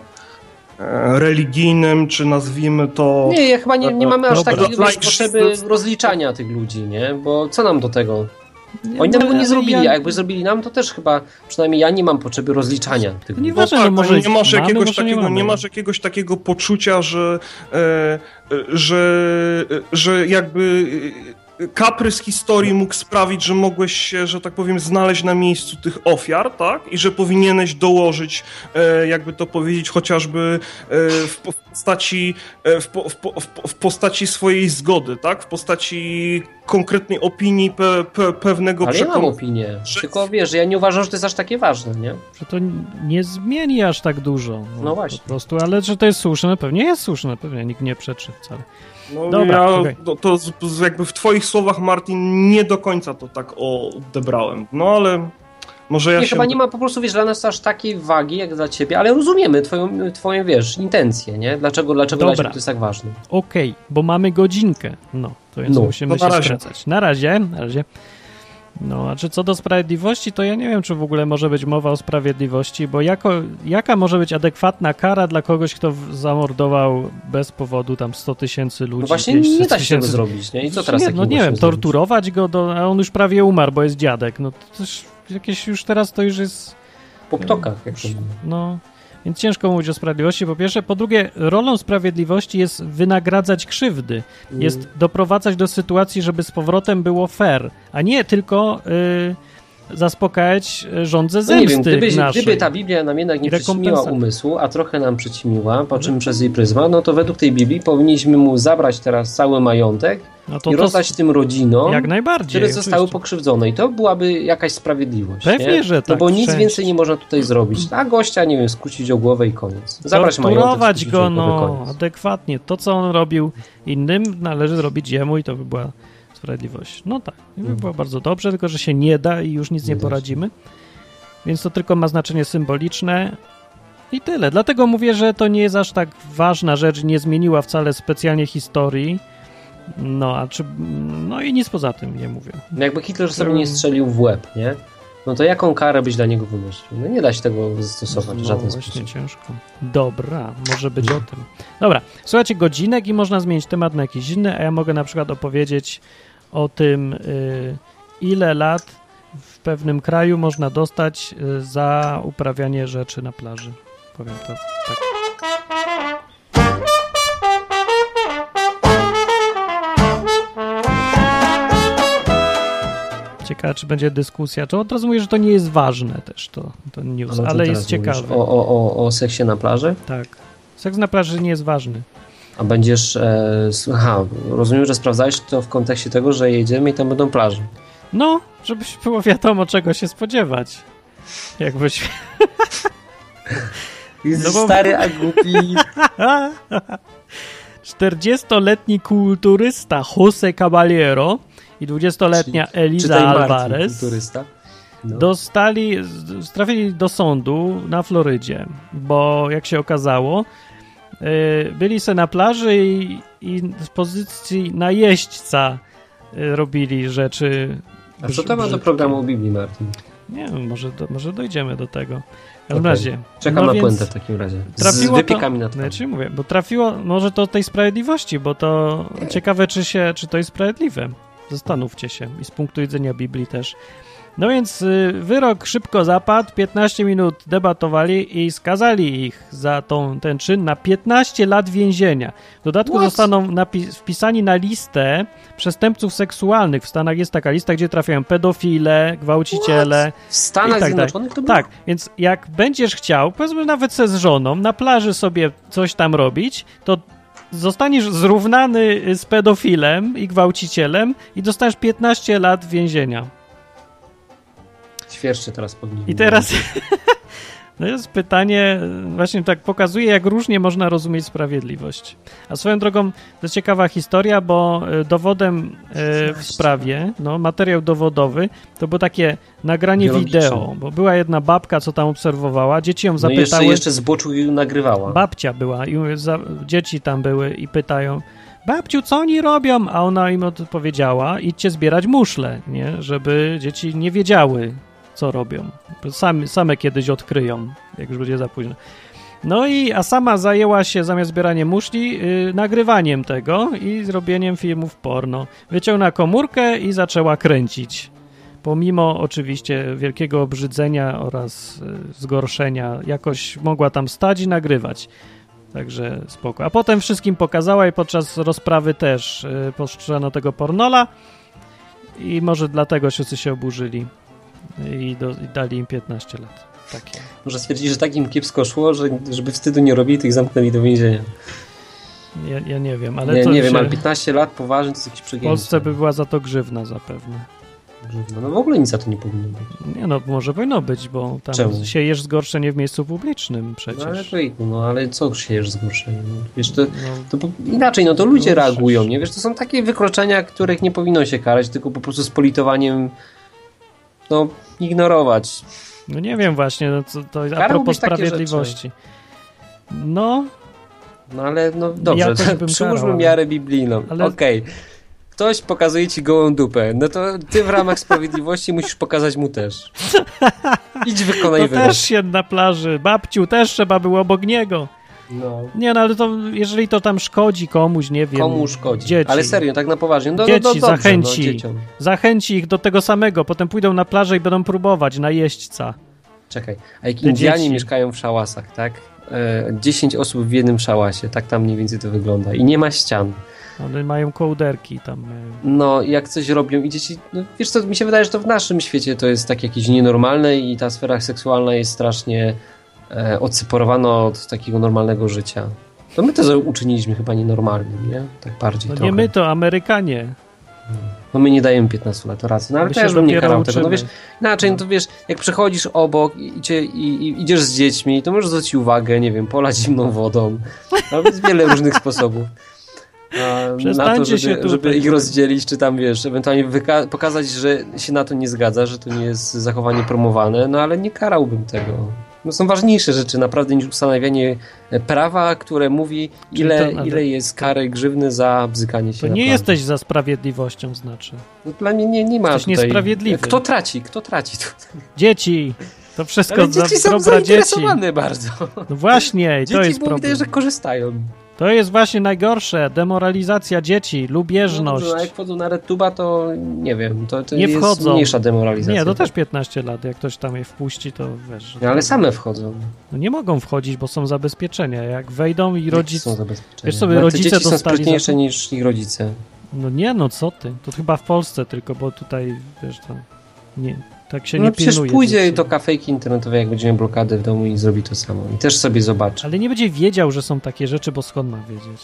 e, religijnym, czy nazwijmy to... Nie, ja chyba nie, nie mamy aż takiej potrzeby rozliczania tych ludzi, nie? Bo co nam do tego? Oni nam tego nie zrobili, a jakby zrobili nam, to też chyba, przynajmniej ja nie mam potrzeby rozliczania tych ludzi. Nie, no tak, może nie masz jakiegoś mamy, takiego, nie, nie masz jakiegoś takiego poczucia, że, e, że, że jakby... kaprys historii mógł sprawić, że mogłeś się, że tak powiem, znaleźć na miejscu tych ofiar, tak? I że powinieneś dołożyć, e, jakby to powiedzieć, chociażby e, w postaci e, w, po, w, po, w postaci swojej zgody, tak? W postaci konkretnej opinii pe, pe, pewnego przekonu. Ale ja mam opinię, że... tylko wiesz, ja nie uważam, że to jest aż takie ważne, nie? Że to nie zmieni aż tak dużo. No, no właśnie. Po prostu, ale że to jest słuszne, pewnie jest słuszne, pewnie nikt nie przeczy wcale. No Dobra, ja okay. to, to jakby w twoich słowach, Martin, nie do końca to tak odebrałem. No ale może ja nie, się... chyba nie ma po prostu, wiesz, dla nas aż takiej wagi jak dla ciebie, ale rozumiemy twoją, twoją wiesz, intencje, nie? Dlaczego, dlaczego dla ciebie to jest tak ważne. Okej, okay, bo mamy godzinkę. No, to więc no, musimy to się skracać. Na razie, na razie. No, a czy co do sprawiedliwości, to ja nie wiem, czy w ogóle może być mowa o sprawiedliwości, bo jako, jaka może być adekwatna kara dla kogoś, kto zamordował bez powodu tam sto tysięcy ludzi? No właśnie nie da się tego zrobić, nie? I co teraz nie, No nie wiem, torturować zrobić? go, do, a on już prawie umarł, bo jest dziadek. No to też jakieś już teraz to już jest... Po ptokach, jak to mówię. No... Więc ciężko mówić o sprawiedliwości, po pierwsze. Po drugie, rolą sprawiedliwości jest wynagradzać krzywdy. Mm. Jest doprowadzać do sytuacji, żeby z powrotem było fair, a nie tylko y, zaspokajać żądzę zemsty no nie wiem, gdyby, naszej. Gdyby ta Biblia nam jednak nie przyćmiła umysłu, a trochę nam przyćmiła, po czym przez jej pryzmat, no to według tej Biblii powinniśmy mu zabrać teraz cały majątek no to i rozdać to tym rodzinom, jak najbardziej, które zostały oczywiście. pokrzywdzone. I to byłaby jakaś sprawiedliwość. Pewnie, nie? że tak. No bo nic część. więcej nie można tutaj zrobić. A gościa, nie wiem, skrócić o głowę i koniec. Zabrać majątek, go, no, adekwatnie. To, co on robił innym, należy zrobić jemu i to by była sprawiedliwość. No tak, i by było bardzo dobrze, tylko że się nie da i już nic nie, nie poradzimy. Więc to tylko ma znaczenie symboliczne i tyle. Dlatego mówię, że to nie jest aż tak ważna rzecz, nie zmieniła wcale specjalnie historii. No, a czy... No i nic poza tym nie mówię. No jakby Hitler sobie nie strzelił w łeb, nie? No to jaką karę byś dla niego wymyślił? No nie da się tego zastosować w no, żaden właśnie sposób. Ciężko. Dobra, może być o tym. Dobra, słuchajcie, godzinek i można zmienić temat na jakiś inny, a ja mogę na przykład opowiedzieć o tym, y, ile lat w pewnym kraju można dostać y, za uprawianie rzeczy na plaży. Powiem to tak. Ciekawe, czy będzie dyskusja. To od razu mówię, że to nie jest ważne też, to, to news, ale, ale jest ciekawe. O, o, o, o seksie na plaży? Tak. Seks na plaży nie jest ważny. A będziesz... E, aha, rozumiem, że sprawdzałeś to w kontekście tego, że jedziemy i tam będą plaże. No, żebyś było wiadomo, czego się spodziewać. Jakbyś... Jest no bo... stary, a głupi. czterdziestoletni kulturysta Jose Caballero i dwudziestoletnia Eliza Alvarez no. dostali, trafili do sądu na Florydzie, bo jak się okazało, byli se na plaży i, i z pozycji najeźdźca robili rzeczy. A co to ma do programu o Biblii, Martin? Nie wiem, może, do, może dojdziemy do tego. W każdym okay. razie. Czekam no na puentę w takim razie. Z trafiło wypiekami to, na twarzy. Znaczy mówię, bo trafiło może to tej sprawiedliwości, bo to ciekawe, czy, się, czy to jest sprawiedliwe. Zastanówcie się. I z punktu widzenia Biblii też. No więc y, wyrok szybko zapadł, piętnaście minut debatowali i skazali ich za tą, ten czyn na piętnaście lat więzienia. W dodatku What? zostaną napi- wpisani na listę przestępców seksualnych. W Stanach jest taka lista, gdzie trafiają pedofile, gwałciciele. What? W Stanach tak Zjednoczonych to było? Tak, więc jak będziesz chciał, powiedzmy nawet se z żoną, na plaży sobie coś tam robić, to zostaniesz zrównany z pedofilem i gwałcicielem i dostaniesz piętnaście lat więzienia. Świerszcze teraz powinniśmy. I teraz no jest pytanie, właśnie tak pokazuje, jak różnie można rozumieć sprawiedliwość. A swoją drogą to jest ciekawa historia, bo dowodem w sprawie, no, materiał dowodowy, to było takie nagranie wideo, bo była jedna babka, co tam obserwowała, dzieci ją zapytały. No jeszcze, jeszcze zboczu i nagrywała. Babcia była i za, dzieci tam były i pytają: babciu, co oni robią? A ona im odpowiedziała: idźcie zbierać muszle, nie? Żeby dzieci nie wiedziały, co robią. Same, same kiedyś odkryją, jak już będzie za późno. No i, a sama zajęła się zamiast zbierania muszli yy, nagrywaniem tego i zrobieniem filmów porno. Wyciągnęła komórkę i zaczęła kręcić. Pomimo oczywiście wielkiego obrzydzenia oraz yy, zgorszenia, jakoś mogła tam stać i nagrywać. Także spoko. A potem wszystkim pokazała i podczas rozprawy też yy, postrzegano tego pornola i może dlatego wszyscy się oburzyli. I, do, i dali im piętnaście lat. Takie. Może stwierdzili, że tak im kiepsko szło, że żeby wstydu nie robili, to ich zamknęli do więzienia. Ja, ja nie wiem, ale nie, to nie się... wiem, ale piętnaście lat poważnie to jest jakiś przegięcie. W Polsce by była za to grzywna zapewne. Grzywna? No w ogóle nic za to nie powinno być. Nie no, może powinno być, bo tam Czemu? siejesz zgorszenie w miejscu publicznym przecież. No ale, wejku, no, ale co siejesz zgorszenie? No, wiesz, to, no, to inaczej, no to ludzie no, reagują, nie? Wiesz, to są takie wykroczenia, których nie powinno się karać, tylko po prostu z politowaniem no, ignorować. No nie wiem właśnie, no, co, to a propos sprawiedliwości. No. No ale no dobrze, przyłóżmy miarę biblijną. Ale... Okej. Okay. Ktoś pokazuje ci gołą dupę, no to ty w ramach sprawiedliwości musisz pokazać mu też. Idź, wykonaj to wyrok. Też się na plaży. Babciu, też trzeba było obok niego. No. Nie, no ale to jeżeli to tam szkodzi komuś, nie wiem. Komu szkodzi? Dzieci. Ale serio, tak na poważnie. No, dzieci no, dobrze, zachęci. No, dzieciom. Zachęci ich do tego samego. Potem pójdą na plażę i będą próbować na jeźdźca. Czekaj, a jak Indianie dzieci. mieszkają w szałasach, tak? dziesięć osób w jednym szałasie, tak tam mniej więcej to wygląda. I nie ma ścian. One mają kołderki tam. No, jak coś robią i dzieci... No, wiesz co, mi się wydaje, że to w naszym świecie to jest tak jakieś nienormalne i ta sfera seksualna jest strasznie e, odseparowana od takiego normalnego życia. To my to uczyniliśmy chyba nienormalnym, nie? Tak bardziej No trochę. nie my, to Amerykanie. No my nie dajemy piętnastu lat, to racji. No ale też bym nie karał tego. No wiesz, inaczej, no to wiesz, jak przechodzisz obok i, cię, i, i idziesz z dziećmi, to możesz zwrócić uwagę, nie wiem, polać zimną wodą. No, jest wiele różnych sposobów. Na to, żeby, żeby ich rozdzielić, czy tam, wiesz, ewentualnie wyka- pokazać, że się na to nie zgadza, że to nie jest zachowanie promowane, no ale nie karałbym tego. No, są ważniejsze rzeczy naprawdę niż ustanawianie prawa, które mówi, ile, to, ile jest kary grzywny za bzykanie się. To nie jesteś za sprawiedliwością, znaczy. No, dla mnie nie, nie ma jesteś tutaj... niesprawiedliwy. Kto traci? Kto traci tutaj? Dzieci! To wszystko ale dzieci za są zainteresowane dzieci. bardzo. No właśnie, dzieci to jest problem. Widać, że korzystają. To jest właśnie najgorsze. Demoralizacja dzieci, lubieżność. No, no, jak wchodzą na RedTube'a, to nie wiem, to, to nie jest wchodzą. mniejsza demoralizacja. Nie, to też piętnaście lat. Jak ktoś tam je wpuści, to wiesz. No, ale same wchodzą. No nie mogą wchodzić, bo są zabezpieczenia. Jak wejdą i rodzice... są zabezpieczenia? Wiesz sobie, no, rodzice dzieci dostali... są sprytniejsze za... niż ich rodzice. No nie, no co ty? To chyba w Polsce tylko, bo tutaj, wiesz, to... Nie... Tak się no nie przecież pilnuje. pójdzie dzieci. do kafejki internetowej, jak będzie miał blokadę w domu i zrobi to samo. I też sobie zobaczy. Ale nie będzie wiedział, że są takie rzeczy, bo skąd ma wiedzieć?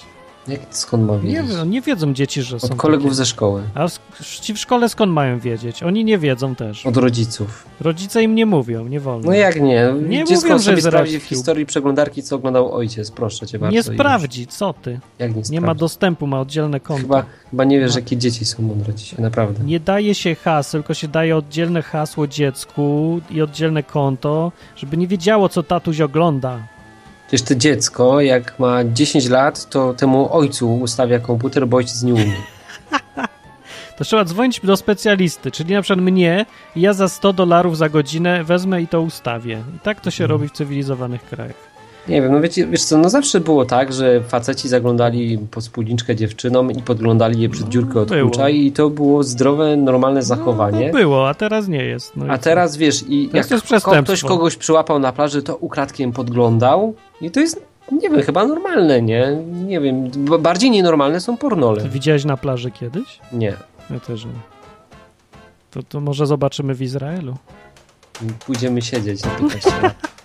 Jak, skąd ma wiedzieć? Nie, nie wiedzą dzieci, że Od są Od kolegów takie. ze szkoły. A ci w szkole skąd mają wiedzieć? Oni nie wiedzą też. Od rodziców. Rodzice im nie mówią, nie wolno. No jak nie? Nie Dziecko mówią, sobie że sprawdzi w historii przeglądarki, co oglądał ojciec. Proszę cię bardzo. Nie sprawdzi, co ty? Jak nie Nie sprawdzi? ma dostępu, ma oddzielne konto. Chyba, chyba nie wiesz, no. jakie dzieci są mądre dzisiaj, naprawdę. Nie daje się haseł, tylko się daje oddzielne hasło dziecku i oddzielne konto, żeby nie wiedziało, co tatuś ogląda. Wiesz, to dziecko, jak ma dziesięć lat, to temu ojcu ustawia komputer, bo ojciec nie umie. To trzeba dzwonić do specjalisty, czyli na przykład mnie, i ja za sto dolarów za godzinę wezmę i to ustawię. I tak to się hmm. robi w cywilizowanych krajach. Nie wiem, no wiecie, wiesz co, no zawsze było tak, że faceci zaglądali pod spódniczkę dziewczynom i podglądali je przed dziurkę od klucza i to było zdrowe, normalne zachowanie. No, no było, a teraz nie jest. No a teraz wiesz, i jak ktoś kogoś przyłapał na plaży, to ukradkiem podglądał i to jest, nie wiem, chyba normalne, nie? Nie wiem, bardziej nienormalne są pornole. Ty widziałeś na plaży kiedyś? Nie. Ja też nie. To, to może zobaczymy w Izraelu. Pójdziemy siedzieć na piętnaście lat.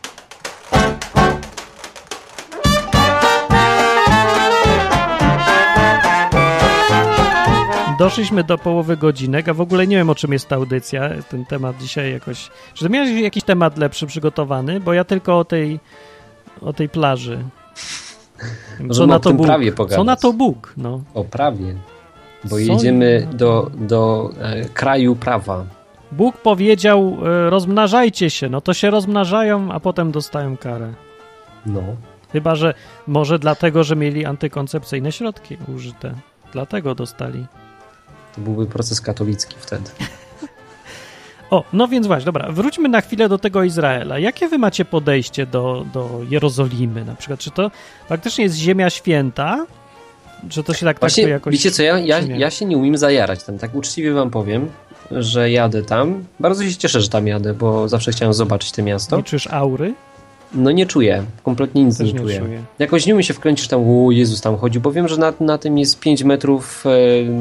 Doszliśmy do połowy godzinek, a w ogóle nie wiem, o czym jest ta audycja. Ten temat dzisiaj jakoś... Czy ty miałeś jakiś temat lepszy przygotowany? Bo ja tylko o tej o tej plaży. Co na to Bóg? Co na to Bóg? No. O prawie. Bo Co? jedziemy do, do e, kraju prawa. Bóg powiedział, e, rozmnażajcie się. No to się rozmnażają, a potem dostają karę. No. Chyba, że może dlatego, że mieli antykoncepcyjne środki użyte. Dlatego dostali. To byłby proces katolicki wtedy. O, no więc właśnie, dobra, wróćmy na chwilę do tego Izraela. Jakie wy macie podejście do, do Jerozolimy na przykład? Czy to faktycznie jest ziemia święta? Czy to się tak właśnie, tak jakoś... Wiecie co, ja, ja, ja się nie umiem zajarać tam. Tak uczciwie wam powiem, że jadę tam. Bardzo się cieszę, że tam jadę, bo zawsze chciałem zobaczyć to miasto. Nie czujesz aury? No nie czuję, kompletnie nic nie, nie czuję. czuję. Jakoś nie umiem się wkręcić tam, o Jezus tam chodzi, bo wiem, że na, na tym jest pięć metrów, e,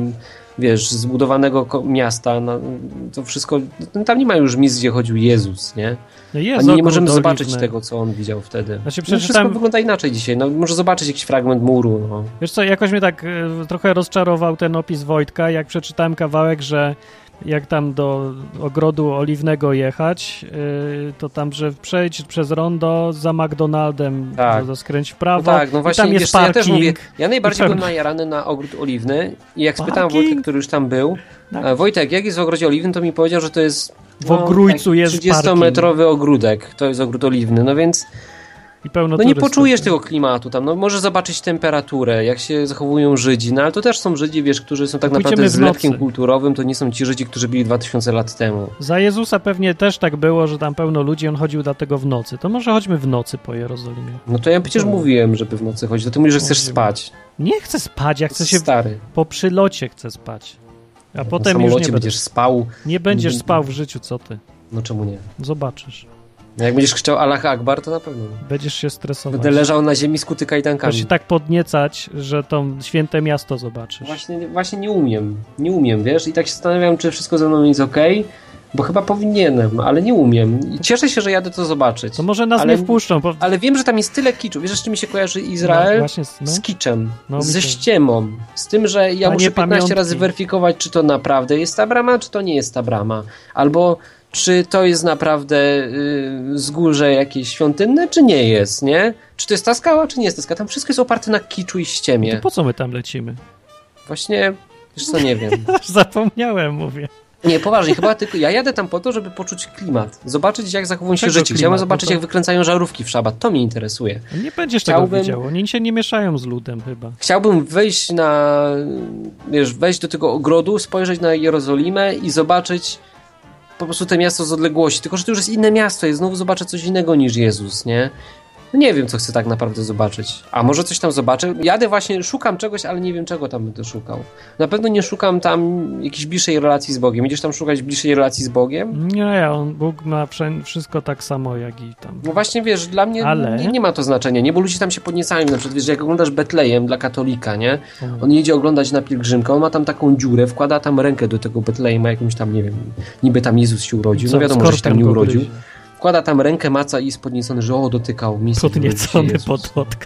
wiesz, zbudowanego miasta, na, to wszystko, no, tam nie ma już miejsc, gdzie chodził Jezus, nie? No jest, ani nie możemy zobaczyć oliwne. tego, co on widział wtedy. Znaczy, no, wszystko tam... wygląda inaczej dzisiaj, no może zobaczyć jakiś fragment muru. No. Wiesz co, jakoś mnie tak e, trochę rozczarował ten opis Wojtka, jak przeczytałem kawałek, że jak tam do ogrodu oliwnego jechać, yy, to tam, że przejdź przez rondo za McDonaldem, tak. to skręć w prawo. No tak, no właśnie, tam jest wiesz, parking. Ja też mówię, ja najbardziej byłem najarany na ogród oliwny i jak parking? spytałem Wojtka, który już tam był, tak. Wojtek, jak jest w ogrodzie oliwnym, to mi powiedział, że to jest w no, Ogrójcu tak, jest trzydziestometrowy ogródek, to jest ogród oliwny, no więc I pełno no nie poczujesz tego klimatu tam, no możesz zobaczyć temperaturę, jak się zachowują Żydzi, no ale to też są Żydzi, wiesz, którzy są tak Pójdziemy naprawdę zlepkiem kulturowym, to nie są ci Żydzi, którzy byli dwa tysiące lat temu. Za Jezusa pewnie też tak było, że tam pełno ludzi, on chodził dlatego w nocy, to może chodźmy w nocy po Jerozolimie. No to ja przecież to... mówiłem, żeby w nocy chodzić, to ty mówisz, że chcesz spać. Nie chcę spać, ja chcę się... Stary. Po przylocie chcę spać. A no, potem już nie będziesz będę... spał. Nie będziesz spał w życiu, co ty? No czemu nie? Zobaczysz. Jak będziesz chciał Allah Akbar, to na pewno. Będziesz się stresować. Będę leżał na ziemi skuty kajdankami. To się tak podniecać, że to święte miasto zobaczysz. Właśnie, właśnie nie umiem. Nie umiem, wiesz? I tak się zastanawiam, czy wszystko ze mną jest okej, okay, bo chyba powinienem, ale nie umiem. I cieszę się, że jadę to zobaczyć. To może nas ale, nie wpuszczą. Bo... Ale wiem, że tam jest tyle kiczu. Wiesz, z czym mi się kojarzy Izrael? No, właśnie, no. Z kiczem. No, ze to... ściemą. Z tym, że ja Panie muszę piętnaście pamiątki. razy weryfikować, czy to naprawdę jest ta brama, czy to nie jest ta brama. Albo... czy to jest naprawdę yy, wzgórze jakieś świątynne, czy nie jest, nie? Czy to jest ta skała, czy nie jest ta skała? Tam wszystko jest oparte na kiczu i ściemie. To po co my tam lecimy? Właśnie, wiesz co, nie wiem. Zapomniałem, mówię. Nie, poważnie, chyba tylko ja jadę tam po to, żeby poczuć klimat. Zobaczyć, jak zachowują się Żydzi. Chciałbym zobaczyć, to... jak wykręcają żarówki w szabat. To mnie interesuje. Nie będziesz Chciałbym... tego widział. Oni się nie mieszają z ludem chyba. Chciałbym wejść na... wiesz, wejść do tego ogrodu, spojrzeć na Jerozolimę i zobaczyć po prostu to miasto z odległości. Tylko, że to już jest inne miasto i znowu zobaczę coś innego niż Jezus, nie? No nie wiem, co chcę tak naprawdę zobaczyć. A może coś tam zobaczę? Jadę właśnie, szukam czegoś, ale nie wiem, czego tam będę szukał. Na pewno nie szukam tam jakiejś bliższej relacji z Bogiem. Będziesz tam szukać bliższej relacji z Bogiem? Nie, on, Bóg ma wszystko tak samo, jak i tam. No właśnie, wiesz, dla mnie ale... nie, nie ma to znaczenia, nie? Bo ludzie tam się podniecają. Na przykład, wiesz, jak oglądasz Betlejem dla katolika, nie? Hmm. On jedzie oglądać na pielgrzymkę, on ma tam taką dziurę, wkłada tam rękę do tego Betlejma, jakimś tam, nie wiem, niby tam Jezus się urodził. No wiadomo, że się tam nie urodził. Wkłada tam rękę, maca i jest podniecony, że o, dotykał miejsca. Podniecony podotknął.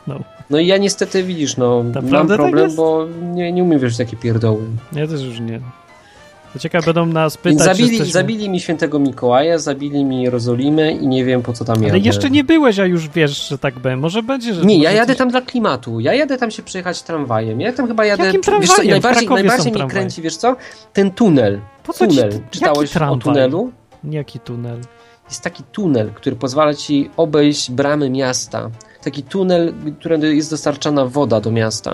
No i ja niestety, widzisz, no, mam problem, tak bo nie, nie umiem wierzyć takie pierdoły. Ja też już nie. To ciekawe, będą nas pytać... Zabili, jesteśmy... zabili mi świętego Mikołaja, zabili mi Jerozolimę i nie wiem, po co tam jadę. Ale jeszcze nie byłeś, a już wiesz, że tak będzie. Może będzie, że... Nie, ja jadę coś... tam dla klimatu. Ja jadę tam się przejechać tramwajem. Ja tam chyba jadę... Jakim wiesz co, najbardziej najbardziej mi tramwaj. kręci, wiesz co? Ten tunel. Po co tunel. ci... Czytałeś o tunelu? Jaki tunel? Jest taki tunel, który pozwala ci obejść bramy miasta. Taki tunel, którym jest dostarczana woda do miasta.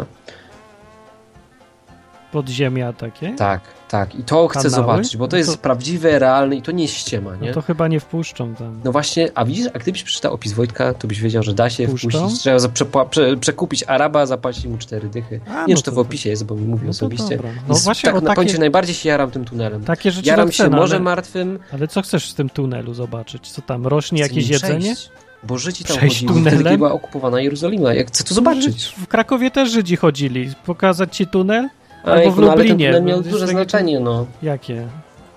Podziemia takie? Tak, tak. I to chcę Kanały? zobaczyć, bo to jest no to... prawdziwe, realne i to nie jest ściema, nie? No to chyba nie wpuszczą tam. No właśnie, a widzisz, a gdybyś przeczytał opis Wojtka, to byś wiedział, że da się Puszczą? wpuścić. Trzeba za, prze, prze, przekupić Araba, zapłacić mu cztery dychy. A, nie wiem, no czy to w opisie jest, bo mi mówi no osobiście. No jest, właśnie, tak, o na takie... końcu najbardziej się jaram tym tunelem. Takie rzeczy Jaram się no, Morzem ale... Martwym. Ale co chcesz z tym tunelu zobaczyć? Co tam, rośnie Chcę jakieś jedzenie? Bo Żydzi tam Przejść chodzili, tunelem? wtedy była okupowana Jerozolima. Jak chcę to zobaczyć. W Krakowie też Żydzi chodzili. Pokazać ci tunel? A, Albo w no, ale ten Lublinie. tunel miał duże znaczenie, no. Jakie?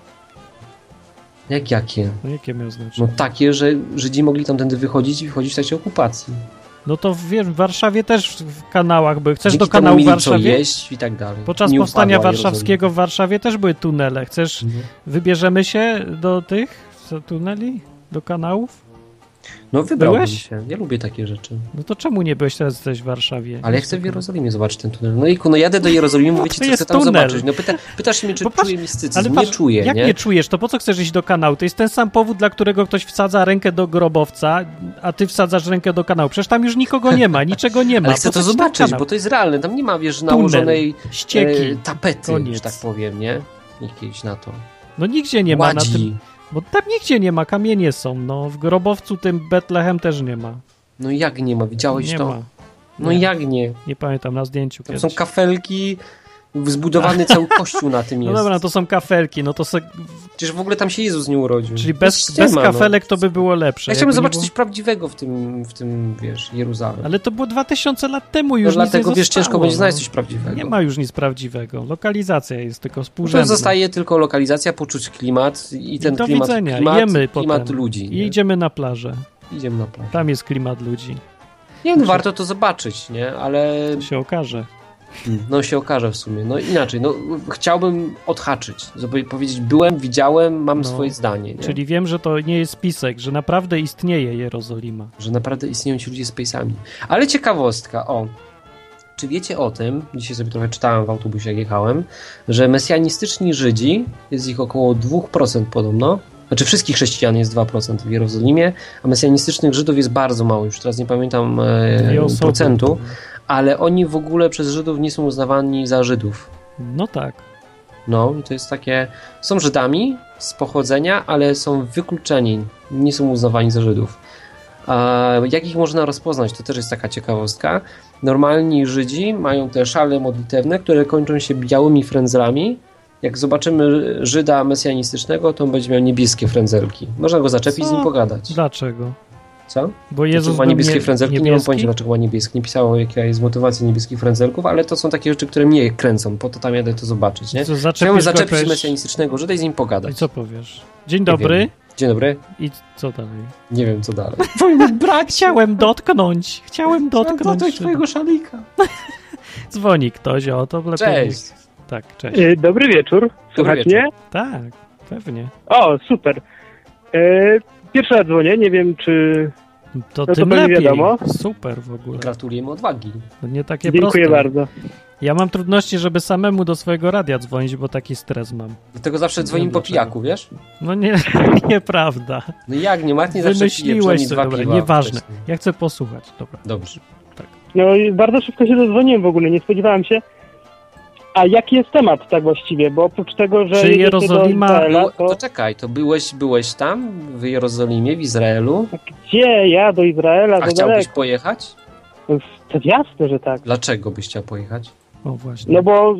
Jak jakie? No jakie miał znaczenie? No takie, że Żydzi mogli tamtędy wychodzić i wychodzić w trakcie okupacji. No to wiesz, w Warszawie też w kanałach były. Chcesz Dzięki do kanału w Warszawie? Co jeść i tak dalej. Podczas Nie powstania upadła warszawskiego Jerozolima. w Warszawie też były tunele. Chcesz, Mhm. wybierzemy się do tych co, tuneli? Do kanałów? No wybrałbym Byłeś? się. Ja lubię takie rzeczy. No to czemu nie byłeś teraz jesteś w Warszawie? Ale ja chcę w Jerozolimie zobaczyć ten tunel. No i no jadę do Jerozolimy, mówię ci, To co jest chcę tam tunel. zobaczyć. No pyta, pytasz mnie, czy Bo patrz, czuję mistycyzm. ale Nie patrz, czuję, jak nie? nie czujesz, to po co chcesz iść do kanału? To jest ten sam powód, dla którego ktoś wsadza rękę do grobowca, a ty wsadzasz rękę do kanału. Przecież tam już nikogo nie ma, niczego nie ma. Ale chcę Po co to ci ten zobaczyć, kanał? bo to jest realne. Tam nie ma, wiesz, Tunel, nałożonej ścieki, e, tapety, koniec. że tak powiem, nie? Jakieś na to. No nigdzie nie ma na Ładzi. tym, bo tam nigdzie nie ma, kamienie są, no. W grobowcu tym Betlehem też nie ma. No jak nie ma? Widziałeś Nie to? ma. No Nie. jak nie? Nie pamiętam, na zdjęciu Tam kiedyś. są kafelki, zbudowany cały kościół na tym jest. No dobra, no to są kafelki, no to se... Przecież w ogóle tam się Jezus nie urodził. Czyli To bez, jest ściema, bez kafelek to by było No. lepsze. Ja chciałbym Jakby zobaczyć nie coś prawdziwego w tym, w tym, wiesz, Jeruzalem. Ale to było dwa tysiące lat temu, już No nic dlatego, nie wiesz, zostało, ciężko będzie no. znaleźć coś prawdziwego. Nie ma już nic prawdziwego. Lokalizacja jest tylko To współrzędna. zostaje tylko lokalizacja, poczuć klimat i ten I do klimat, widzenia. klimat, Jemy klimat potem. ludzi. I Nie? idziemy na plażę. Idziemy na plażę. Tam jest klimat ludzi. Nie, no warto to zobaczyć, nie? Ale To się okaże. no się okaże w sumie. No inaczej, no chciałbym odhaczyć, żeby powiedzieć, byłem, widziałem, mam No, swoje zdanie, nie? Czyli wiem, że to nie jest spisek, że naprawdę istnieje Jerozolima. Że naprawdę istnieją ci ludzie z pejsami. Ale ciekawostka, o. Czy wiecie o tym, dzisiaj sobie trochę czytałem w autobusie, jak jechałem, że mesjanistyczni Żydzi, jest ich około dwa procent podobno, znaczy wszystkich chrześcijan jest dwa procent w Jerozolimie, a mesjanistycznych Żydów jest bardzo mało, już teraz nie pamiętam e, osoby. procentu, ale oni w ogóle przez Żydów nie są uznawani za Żydów. No tak. No i to jest takie, są Żydami z pochodzenia, ale są wykluczeni, nie są uznawani za Żydów. A jak ich można rozpoznać? To też jest taka ciekawostka. Normalni Żydzi mają te szale modlitewne, które kończą się białymi frędzelami. Jak zobaczymy Żyda mesjanistycznego, to on będzie miał niebieskie frędzelki. Można go zaczepić, Co? z nim pogadać. Dlaczego? Co? Bo Jezus Dlaczego ma był niebieskie nie, frędzelki? niebieski? Nie mam pojęcia, dlaczego ma niebieskie. Nie pisało, jaka jest motywacja niebieskich frędzelków, ale to są takie rzeczy, które mnie kręcą. Po to tam jadę to zobaczyć, nie? Co, Chciałem zaczepisz go zaczepić jakoś- mesjanistycznego Żyda i z nim I pogadać. co powiesz? Dzień dobry. wiem. Dzień dobry. I co dalej? Nie wiem, co dalej. Brak, chciałem dotknąć. Chciałem dotknąć. Dotknąć twojego szalika. Dzwoni ktoś, o to lepiej. Cześć. Tak, cześć. E, Dobry wieczór. Słuchać wieczór. mnie? Tak, pewnie. O, super. E, Pierwszy raz dzwonię, nie wiem czy... To to tym pewnie lepiej. wiadomo. Super w ogóle. Gratulujemy odwagi. To nie takie Dziękuję proste. bardzo. Ja mam trudności, żeby samemu do swojego radia dzwonić, bo taki stres mam. Dlatego zawsze dzwonimy po dlaczego. pijaku, wiesz? No nie, nieprawda. No jak nie, Martin zawsze pije Wymyśliłeś przynajmniej sobie, dwa dobra, piwa nieważne. wcześniej. Ja chcę posłuchać, dobra. Dobrze. No i bardzo szybko się dodzwoniłem w ogóle, nie spodziewałem się. A jaki jest temat tak właściwie? Bo oprócz tego, że Czy jedziecie Jerozolima- do Izraela, Było, to... to czekaj, to byłeś, byłeś tam w Jerozolimie, w Izraelu? Gdzie ja do Izraela, A do chciałbyś daleko? pojechać? To jasne, że tak. Dlaczego byś chciał pojechać? O właśnie. No bo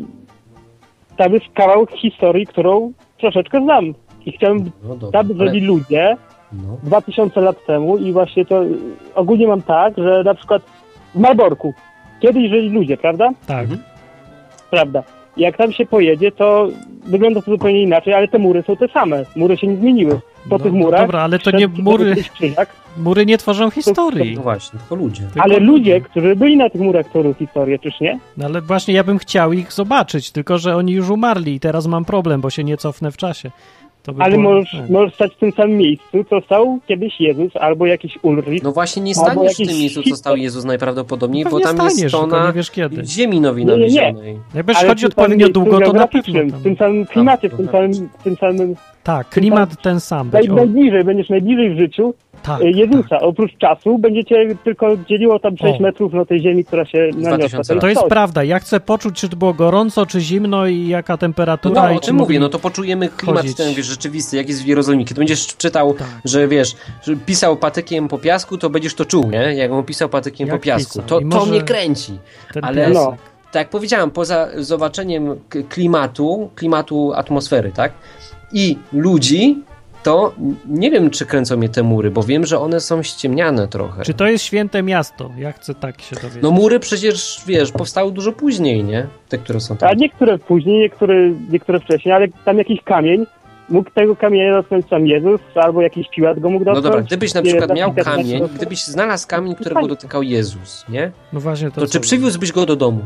tam jest kawał historii, którą troszeczkę znam. I chciałem, No dobra, tam ale... żyli ludzie No. dwa tysiące lat temu i właśnie to ogólnie mam tak, że na przykład w Malborku kiedyś żyli ludzie, prawda? Tak. Mhm. Prawda. jak tam się pojedzie, to wygląda to zupełnie inaczej, ale te mury są te same. Mury się nie zmieniły. Po no, tych murach... No dobra, ale to nie mury... Mury nie tworzą historii. No właśnie, tylko ludzie. Tylko ale ludzie, którzy byli na tych murach, tworzą historię, czyż nie? No ale właśnie ja bym chciał ich zobaczyć, tylko że oni już umarli i teraz mam problem, bo się nie cofnę w czasie. To by ale było... możesz, możesz stać w tym samym miejscu, co stał kiedyś Jezus, albo jakiś Ulrich. No właśnie nie staniesz w tym miejscu, co stał Jezus najprawdopodobniej, no bo tam staniesz, jest tona ziemi nowi nawiesionej. Jakbyś chodził odpowiednio długo, to na pewno. W tym samym klimacie, w tym samym, w tym samym... Tak, klimat ten sam. Naj, najbliżej, będziesz najbliżej w życiu tak, Jezusa. Tak. Oprócz czasu będziecie tylko dzieliło tam sześć o. metrów na tej ziemi, która się naniosła. To jest prawda. Ja chcę poczuć, czy to było gorąco, czy zimno i jaka temperatura. No, o czym mówię? No to poczujemy klimat chodzić. Ten, wiesz, rzeczywisty, jak jest w Jerozolimie. Kiedy będziesz czytał, tak. że wiesz, że pisał patykiem po piasku, to będziesz to czuł, nie? Jak on pisał patykiem jak po piasku. To, to mnie kręci. Ale no. tak jak powiedziałem, poza zobaczeniem klimatu, klimatu atmosfery, tak? I ludzi, to nie wiem, czy kręcą mnie te mury, bo wiem, że one są ściemniane trochę. Czy to jest święte miasto? Ja chcę tak się dowiedzieć. No mury przecież, wiesz, powstały dużo później, nie? Te, które są tam. A niektóre później, niektóre, niektóre wcześniej, ale tam jakiś kamień, mógł tego kamienia dotknąć sam Jezus, albo jakiś Piłat go mógł dotknąć. No dobra, gdybyś na przykład miał kamień, gdybyś znalazł kamień, którego dotykał Jezus, nie? No właśnie to. To czy przywiózłbyś go do domu?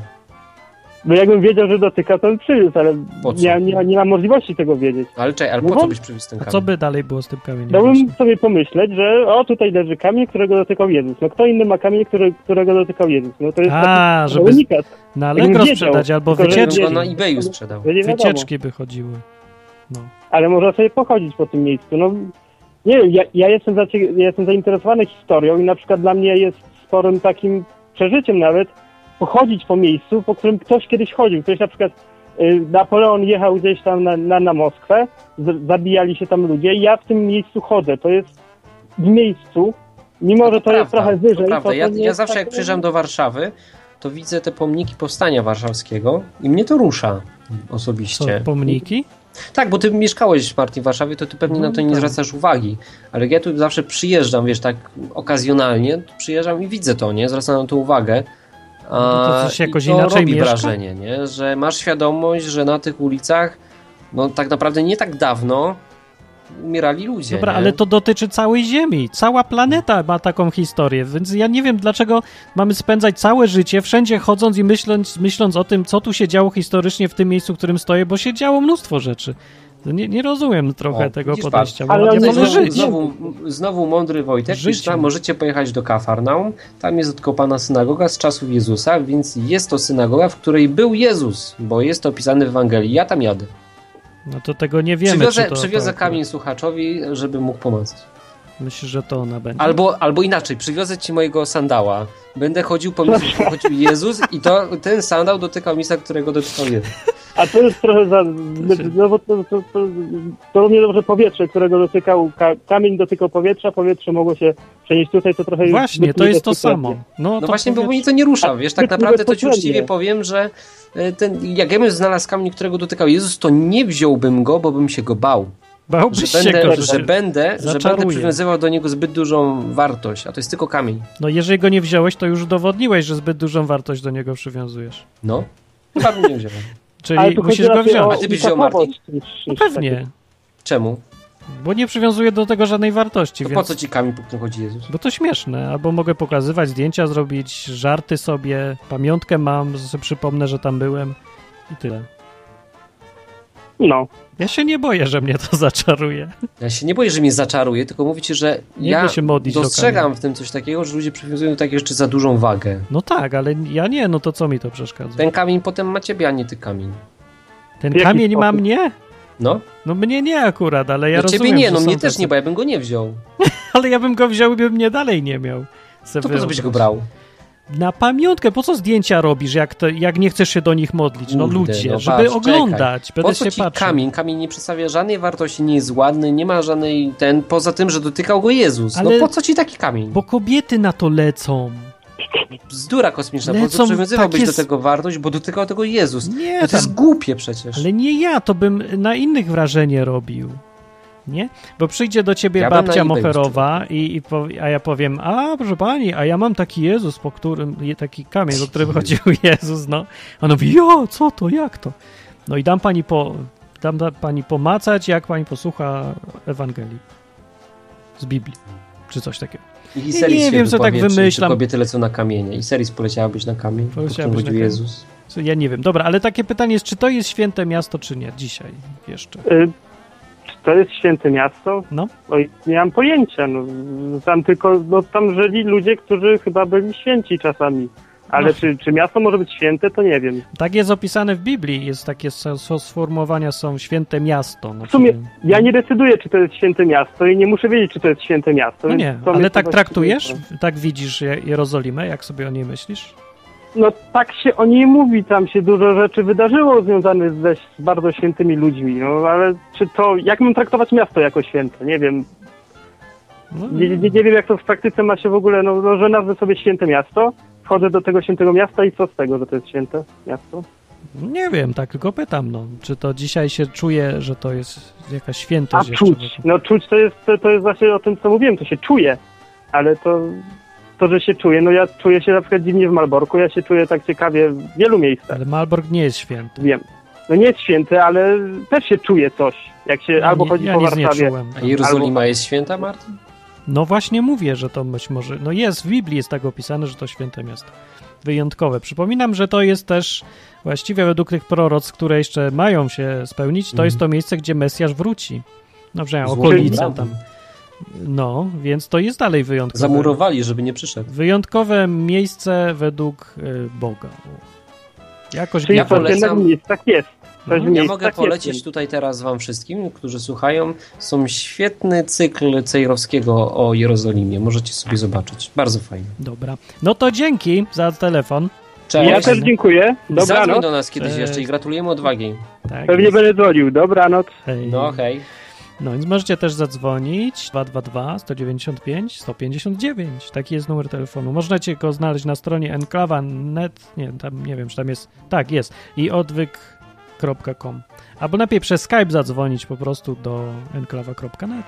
Bo jakbym wiedział, że dotyka, to bym przywiózł, ale nie, nie, nie mam możliwości tego wiedzieć. Ale czekaj, ale po no co byś przywiózł ten kamień? A co by dalej było z tym kamieniem? Dałbym sobie pomyśleć, że o, tutaj leży kamień, którego dotykał Jezus. No kto inny ma kamień, który, którego dotykał Jezus? No to jest A, taki żeby unikat. Na Allegro sprzedać, albo tylko, wycieczki. Go na eBayu sprzedał. Wycieczki by chodziły. No. Ale można sobie pochodzić po tym miejscu. No, nie wiem, ja, ja, jestem za, ja jestem zainteresowany historią i na przykład dla mnie jest sporym takim przeżyciem nawet pochodzić po miejscu, po którym ktoś kiedyś chodził. Ktoś na przykład y, Napoleon jechał gdzieś tam na, na, na Moskwę, z, zabijali się tam ludzie i ja w tym miejscu chodzę. To jest w miejscu, mimo no to że to prawda, jest trochę wyżej. To prawda. To ja, to ja zawsze tak, jak przyjeżdżam do Warszawy, to widzę te pomniki Powstania Warszawskiego i mnie to rusza osobiście. Co, pomniki? Tak, bo ty mieszkałeś, Martin, w Warszawie, to ty pewnie no, na to nie tak. zwracasz uwagi. Ale ja tu zawsze przyjeżdżam, wiesz, tak okazjonalnie, przyjeżdżam i widzę to, nie? Zwracam na to uwagę. A, no to coś jakoś i to inaczej robi mieszka? wrażenie, nie? Że masz świadomość, że na tych ulicach no tak naprawdę nie tak dawno umierali ludzie. Dobra, nie? ale to dotyczy całej Ziemi. Cała planeta ma taką historię, więc ja nie wiem, dlaczego mamy spędzać całe życie wszędzie chodząc i myśląc, myśląc o tym, co tu się działo historycznie w tym miejscu, w którym stoję, bo się działo mnóstwo rzeczy. Nie, nie rozumiem trochę o, tego podejścia. Ale ja znowu, żyć. Znowu, znowu mądry Wojtek, pisze, możecie pojechać do Kafarnaum, tam jest odkopana synagoga z czasów Jezusa, więc jest to synagoga, w której był Jezus, bo jest to opisane w Ewangelii. Ja tam jadę. No to tego nie wiemy. Przywiozę, to, przywiozę to, kamień słuchaczowi, żeby mógł pomóc. Myślę, że to ona będzie. Albo, albo inaczej, przywiozę ci mojego sandała. Będę chodził po miejscu, gdzie chodził Jezus i to ten sandał dotykał miejsca, którego dotykał Jezus. A to jest trochę za... No bo to, to, to, to równie dobrze powietrze, którego dotykał... Kamień dotykał powietrza, powietrze mogło się przenieść tutaj, to trochę... Właśnie, to jest to samo. No, no to właśnie, powietrze... bo mnie to nie rusza, wiesz, tak naprawdę to ci uczciwie powiem, że ten, jak ja bym znalazł kamień, którego dotykał Jezus, to nie wziąłbym go, bo bym się go bał. Bałbyś że się będę, go, że, będę, że będę przywiązywał do niego zbyt dużą wartość, a to jest tylko kamień. No jeżeli go nie wziąłeś, to już udowodniłeś, że zbyt dużą wartość do niego przywiązujesz. No, chyba bym nie wziąłem. Czyli musisz go wziąć. A ty byś wziął, Martin? No pewnie. Czemu? Bo nie przywiązuje do tego żadnej wartości. To więc... po co ci kamień, po którym chodzi Jezus? Bo to śmieszne. Albo mogę pokazywać zdjęcia, zrobić żarty sobie, pamiątkę mam, sobie przypomnę, że tam byłem i tyle. No. Ja się nie boję, że mnie to zaczaruje. Ja się nie boję, że mnie zaczaruje, tylko mówię ci, że nie ja się modlić dostrzegam w tym coś takiego, że ludzie przywiązują do takich rzeczy za dużą wagę. No tak, ale ja nie, no to co mi to przeszkadza? Ten kamień potem ma ciebie, a nie ty kamień. Ten kamień sposób? Ma mnie? No. No mnie nie akurat, ale ja no rozumiem, ciebie nie, no mnie tacy... też nie, bo ja bym go nie wziął. Ale ja bym go wziął i bym mnie dalej nie miał. To po co byś go brał? Na pamiątkę, po co zdjęcia robisz, jak, to, jak nie chcesz się do nich modlić? No Kurde, ludzie, no żeby patrz, oglądać, czekaj. będę po co się ci patrzył. kamień? Kamień nie przedstawia żadnej wartości, nie jest ładny, nie ma żadnej ten, poza tym, że dotykał go Jezus. Ale no po co ci taki kamień? Bo kobiety na to lecą. Bzdura kosmiczna, lecą, po co przywiązywałbyś takie... do tego wartość, bo dotykał tego Jezus. Nie, to, to jest głupie przecież. Ale nie ja, to bym na innych wrażenie robił. Nie? Bo przyjdzie do ciebie ja babcia moherowa i, i po, a ja powiem, a proszę pani, a ja mam taki Jezus, po którym, taki kamień, po którym chodził Jezus, no. A on mówi, jo, co to, jak to? No i dam pani po, dam da pani pomacać, jak pani posłucha Ewangelii z Biblii, czy coś takiego. I serii nie wiem, co tak wymyślam. Kobiety lecą na kamienie. I serii poleciałabyś na kamień, po którym chodził Jezus. Ja nie wiem. Dobra, ale takie pytanie jest, czy to jest święte miasto, czy nie? Dzisiaj jeszcze. Y czy to jest święte miasto? No. Oj, nie mam pojęcia. No, tam tylko, no, tam żyli ludzie, którzy chyba byli święci czasami. Ale no. czy, czy miasto może być święte, to nie wiem. Tak jest opisane w Biblii. Jest takie sformułowania, są święte miasto. Znaczy... W sumie ja nie decyduję, czy to jest święte miasto i nie muszę wiedzieć, czy to jest święte miasto. No nie, ale tak traktujesz? Święte. Tak widzisz Jerozolimę, jak sobie o niej myślisz? No tak się o niej mówi, tam się dużo rzeczy wydarzyło związanych ze, z bardzo świętymi ludźmi, no ale czy to, jak mam traktować miasto jako święte? Nie wiem. No, nie, nie, nie wiem, jak to w praktyce ma się w ogóle, no, no że nazwę sobie święte miasto, wchodzę do tego świętego miasta i co z tego, że to jest święte miasto? Nie wiem, tak tylko pytam, no. Czy to dzisiaj się czuje, że to jest jakaś świętość? A czuć, no czuć to jest, to, to jest właśnie o tym, co mówiłem, to się czuje, ale to... To, że się czuję, no ja czuję się na przykład dziwnie w Malborku, ja się czuję tak ciekawie w wielu miejscach. Ale Malbork nie jest święty. Wiem. No nie jest święty, ale też się czuje coś, jak się ja albo nie, chodzi ja po nic Warszawie. Nie czułem, A Jerozolima albo... jest święta, Martin? No właśnie mówię, że to być może... No jest, w Biblii jest tak opisane, że to święte miasto. Wyjątkowe. Przypominam, że to jest też właściwie według tych proroc, które jeszcze mają się spełnić, to mm. jest to miejsce, gdzie Mesjasz wróci. No przynajmniej okolice tam. No, więc to jest dalej wyjątkowe. Zamurowali, żeby nie przyszedł. Wyjątkowe miejsce według y, Boga. Jakoś ja polecam... Tak jest. Mhm. Ja mogę polecić jest. Tutaj teraz wam wszystkim, którzy słuchają. Są świetny cykl Cejrowskiego o Jerozolimie. Możecie sobie zobaczyć. Bardzo fajnie. Dobra. No to dzięki za telefon. Cześć. Ja też dziękuję. Dobranoc. Zadzwoń do nas kiedyś Cześć. jeszcze i gratulujemy odwagi. Tak Pewnie jest. Będę dzwonił. Dobranoc. Hej. No hej. No więc możecie też zadzwonić dwa dwa dwa, sto dziewięćdziesiąt pięć, sto pięćdziesiąt dziewięć. Taki jest numer telefonu. Możecie go znaleźć na stronie enklawa kropka net. Nie, tam nie wiem, czy tam jest. Tak, jest. I odwyk kropka com. Albo lepiej przez Skype zadzwonić po prostu do enklawa kropka net.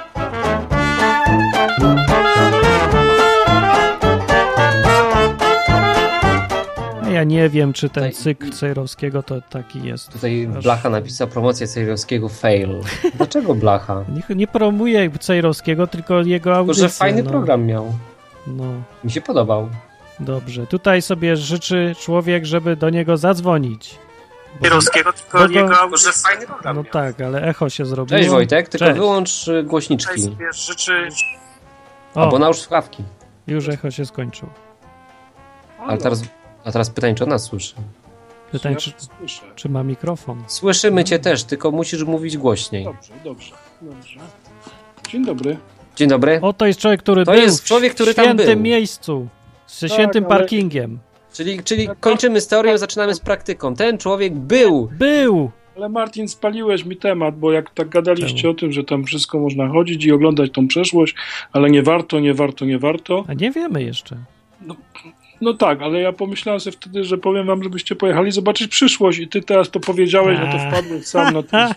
Ja nie wiem, czy ten tutaj, cykl Cejrowskiego to taki jest. Tutaj Blacha napisał promocję Cejrowskiego fail. Dlaczego Blacha? Nie, nie promuje Cejrowskiego, tylko jego audycję. Tylko, że fajny no. program miał. No. Mi się podobał. Dobrze. Tutaj sobie życzy człowiek, żeby do niego zadzwonić. Cejrowskiego, tylko go... jego audycja. Fajny program No miał. tak, ale echo się zrobiło. Cześć Wojtek, tylko Cześć. wyłącz głośniczki. Tutaj sobie życzy... Albo nałóż słuchawki. Już echo się skończył. Ale teraz... A teraz pytanie, czy on nas słyszy? Pytanie, czy, czy ma mikrofon? Słyszymy cię też, tylko musisz mówić głośniej. Dobrze, dobrze, dobrze. Dzień dobry. Dzień dobry. O, to jest człowiek, który to był jest człowiek, który w świętym tam był. miejscu, ze tak, świętym ale... parkingiem. Czyli, czyli kończymy z teorią, zaczynamy z praktyką. Ten człowiek był. Był. Ale Martin, spaliłeś mi temat, bo jak tak gadaliście Czemu? o tym, że tam wszystko można chodzić i oglądać tą przeszłość, ale nie warto, nie warto, nie warto. A nie wiemy jeszcze. No, no tak, ale ja pomyślałem sobie wtedy, że powiem wam, żebyście pojechali zobaczyć przyszłość i ty teraz to powiedziałeś, no to wpadłeś sam na to.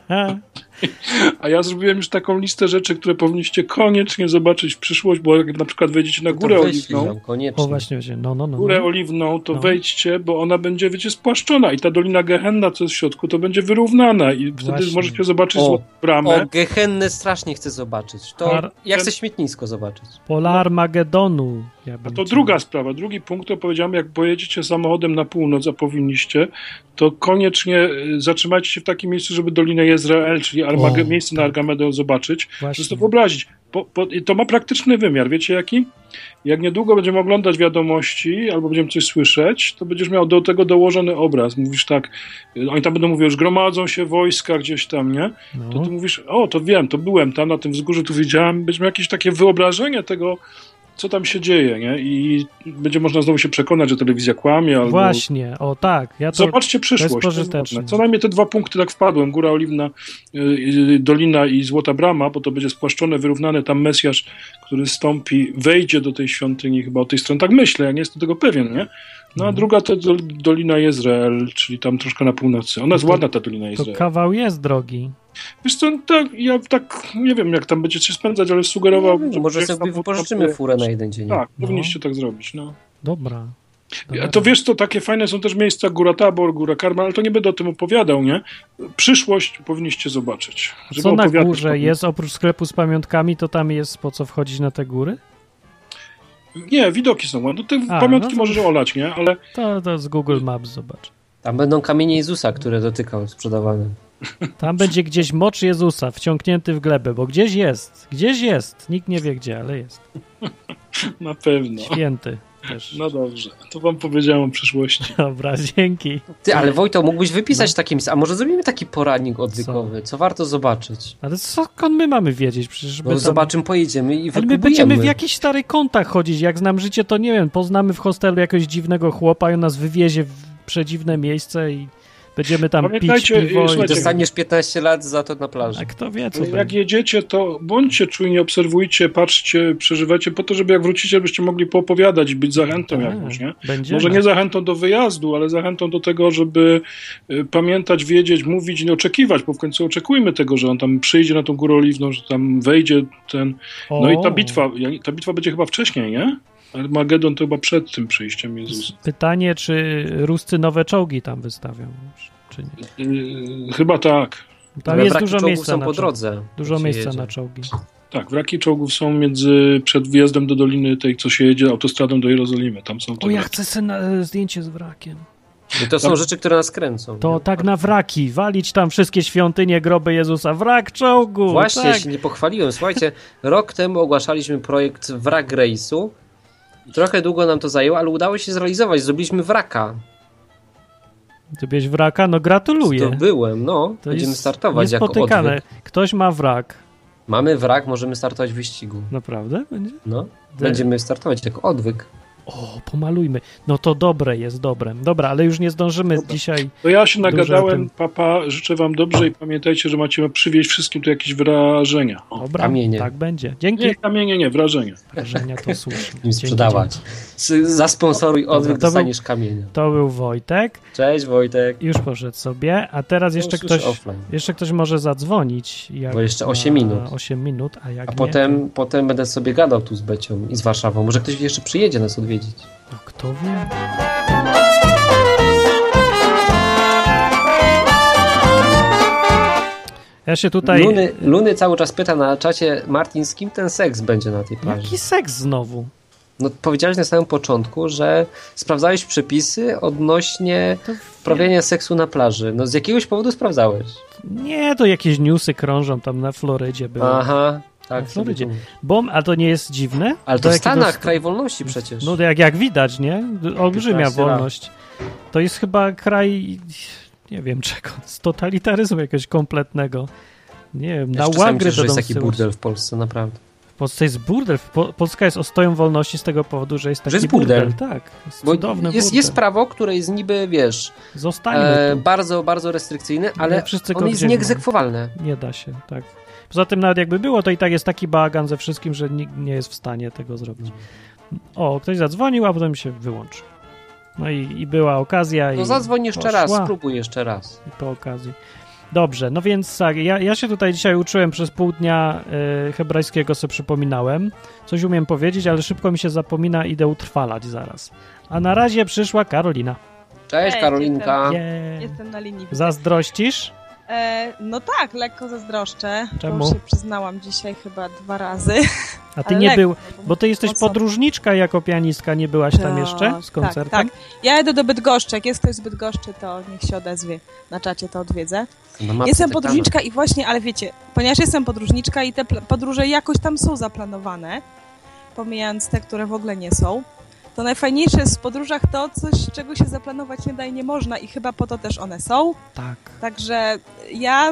A ja zrobiłem już taką listę rzeczy, które powinniście koniecznie zobaczyć w przyszłość, bo jak na przykład wejdziecie na Górę Oliwną, koniecznie. O właśnie, no, no, no, Górę no. Oliwną, to no. wejdźcie, bo ona będzie, wiecie, spłaszczona i ta Dolina Gehenna, co jest w środku, to będzie wyrównana i wtedy właśnie. możecie zobaczyć o, złotą bramę. O, Gehennę strasznie chcę zobaczyć. To Par... ja chcę śmietnisko zobaczyć. Polarmagedonu. Ja A to druga sprawa, drugi punkt, to powiedziałem, jak pojedziecie samochodem na północ, a powinniście, to koniecznie zatrzymajcie się w takim miejscu, żeby Dolinę Jezreel, czyli Armage- o, miejsce tak. na Argamedę zobaczyć. Żeby to wyobrazić. Po, po, i to ma praktyczny wymiar. Wiecie jaki? Jak niedługo będziemy oglądać wiadomości albo będziemy coś słyszeć, to będziesz miał do tego dołożony obraz. Mówisz tak, oni tam będą mówić, że gromadzą się wojska gdzieś tam, nie? No. To ty mówisz, o, to wiem, to byłem tam na tym wzgórzu, tu widziałem. Będziemy miał jakieś takie wyobrażenie tego, co tam się dzieje, nie? I będzie można znowu się przekonać, że telewizja kłamie. Albo... Właśnie, o tak. Ja to, Zobaczcie przyszłość. To jest pożyteczne. Co najmniej te dwa punkty tak wpadłem. Góra Oliwna, yy, Dolina i Złota Brama, bo to będzie spłaszczone, wyrównane. Tam Mesjasz, który stąpi, wejdzie do tej świątyni chyba od tej strony. Tak myślę, ja nie jestem tego pewien, nie? No a mhm. druga to Dolina Jezreel, czyli tam troszkę na północy. Ona jest to, ładna, ta Dolina Jezreel. To kawał jest drogi. Wiesz co, tak, ja tak nie wiem, jak tam będziecie spędzać, ale sugerował... No, może sobie wypożyczymy furę na jeden dzień. Tak, no. powinniście tak zrobić, no. Dobra. Dobra. To wiesz co, takie fajne są też miejsca Góra Tabor, Góra Karma, ale to nie będę o tym opowiadał, nie? Przyszłość powinniście zobaczyć. Co na górze powiem. Jest, oprócz sklepu z pamiątkami, to tam jest po co wchodzić na te góry? Nie, widoki są ładne. Te A, pamiątki no to... możesz olać, nie? Ale... To, to z Google Maps zobacz. Tam będą kamienie Jezusa, które dotykał, sprzedawane. Tam będzie gdzieś mocz Jezusa wciągnięty w glebę, bo gdzieś jest, gdzieś jest. Nikt nie wie gdzie, ale jest. Na pewno. Święty też. No dobrze, to wam powiedziałem o przyszłości. Dobra, dzięki. Ty, ale Wojto, mógłbyś wypisać no. takim... A może zrobimy taki poradnik odwykowy? Co, co warto zobaczyć? Ale skąd my mamy wiedzieć? Przecież no, tam... zobaczymy, pojedziemy i ale my będziemy w jakichś starych kątach chodzić. Jak znam życie, to nie wiem, poznamy w hostelu jakiegoś dziwnego chłopa i on nas wywiezie w przedziwne miejsce i będziemy tam Pamiętajcie, pić piwo. I dostaniesz piętnaście lat za to na plaży. A kto wie, co Jak będzie. jedziecie, to bądźcie czujni, obserwujcie, patrzcie, przeżywajcie, po to, żeby jak wrócicie, byście mogli poopowiadać i być zachętą tak, jakąś, nie? Będziemy. Może nie zachętą do wyjazdu, ale zachętą do tego, żeby y, pamiętać, wiedzieć, mówić i nie oczekiwać, bo w końcu oczekujmy tego, że on tam przyjdzie na tą Górę Oliwną, że tam wejdzie ten... No o. I ta bitwa, ta bitwa będzie chyba wcześniej, nie? Armagedon to chyba przed tym przyjściem Jezusa. Pytanie, czy Ruscy nowe czołgi tam wystawią, czy nie? Yy, chyba tak. Tam jest dużo miejsca są na po drodze. Dużo miejsca jedzie. na czołgi. Tak, wraki czołgów są między przed wjazdem do doliny tej, co się jedzie autostradą do Jerozolimy. Tam są te o, ja wraki. chcę sobie na, zdjęcie z wrakiem. I to są tam, rzeczy, które nas kręcą. To nie? tak na wraki. Walić tam wszystkie świątynie, groby Jezusa. Wrak czołgu. Właśnie, tak. się nie pochwaliłem. Słuchajcie, rok temu ogłaszaliśmy projekt Wrak Rejsu. Trochę długo nam to zajęło, ale udało się zrealizować. Zrobiliśmy wraka. Ty byłeś wraka? No gratuluję. To byłem, no. To Będziemy startować jako odwyk. Ktoś ma wrak. Mamy wrak, możemy startować w wyścigu. Naprawdę? Będzie? No. Będziemy startować jako odwyk. O, pomalujmy. No to dobre jest, dobre. Dobra, ale już nie zdążymy Dobra. dzisiaj. To ja się nagadałem, papa, życzę wam dobrze i pamiętajcie, że macie przywieźć wszystkim tu jakieś wrażenia. O. Dobra, kamienie. Tak będzie. Dzięki. Nie, kamienie, nie, wrażenia. Wrażenia to słusznie. Im sprzedawać. Zasponsoruj odwyk, dostaniesz kamienia. To był Wojtek. Cześć Wojtek. Już poszedł sobie, a teraz jeszcze ktoś, jeszcze ktoś może zadzwonić. Jak Bo jeszcze osiem minut. osiem minut, a jak A nie, potem, to... potem będę sobie gadał tu z Becią i z Warszawą. Może ktoś jeszcze przyjedzie nas odwiedzić. No kto wie? Ja się tutaj... Luny, Luny cały czas pyta na czacie, Martin, z kim ten seks będzie na tej plaży? Jaki seks znowu? No powiedziałeś na samym początku, że sprawdzałeś przepisy odnośnie uprawiania seksu na plaży. No z jakiegoś powodu sprawdzałeś? Nie, to jakieś newsy krążą tam na Florydzie były. Aha, tak. Na Florydzie. Bom, a to nie jest dziwne? Ale to w Stanach, st- kraj wolności przecież. No jak, jak widać, nie? Olbrzymia wolność. To jest chyba kraj, nie wiem czego, z totalitaryzmu jakiegoś kompletnego. Nie wiem, na łagry to jest taki burdel w Polsce, naprawdę. W Polsce jest burdel. Polska jest ostoją wolności z tego powodu, że jest taki że jest burdel. burdel. Tak, jest Bo cudowny jest, burdel. jest prawo, które jest niby, wiesz, e, bardzo, bardzo restrykcyjne, ale on jest nieegzekwowalne. Nie da się, tak. Poza tym nawet jakby było, to i tak jest taki bałagan ze wszystkim, że nikt nie jest w stanie tego zrobić. O, ktoś zadzwonił, a potem się wyłączył. No i, i była okazja. No i zadzwoń jeszcze poszła. raz, spróbuj jeszcze raz. I po okazji. Dobrze, no więc tak, ja, ja się tutaj dzisiaj uczyłem przez pół dnia y, hebrajskiego, sobie przypominałem. Coś umiem powiedzieć, ale szybko mi się zapomina, idę utrwalać zaraz. A na razie przyszła Karolina. Cześć, Cześć Karolinka. Jestem, yeah. jestem na linii. Zazdrościsz? E, no tak, lekko zazdroszczę. Czemu? Bo się przyznałam dzisiaj chyba dwa razy. A ty nie lekko, był, bo ty jesteś podróżniczka jako pianistka, nie byłaś tam jeszcze z koncertem? Tak, tak. Ja jedę do Bydgoszczy, jak jest ktoś z Bydgoszczy, to niech się odezwie na czacie, to odwiedzę. No jestem podróżniczka i właśnie, ale wiecie, ponieważ jestem podróżniczka i te podróże jakoś tam są zaplanowane, pomijając te, które w ogóle nie są, to najfajniejsze jest w podróżach to coś, czego się zaplanować nie da i nie można i chyba po to też one są. Tak. Także ja,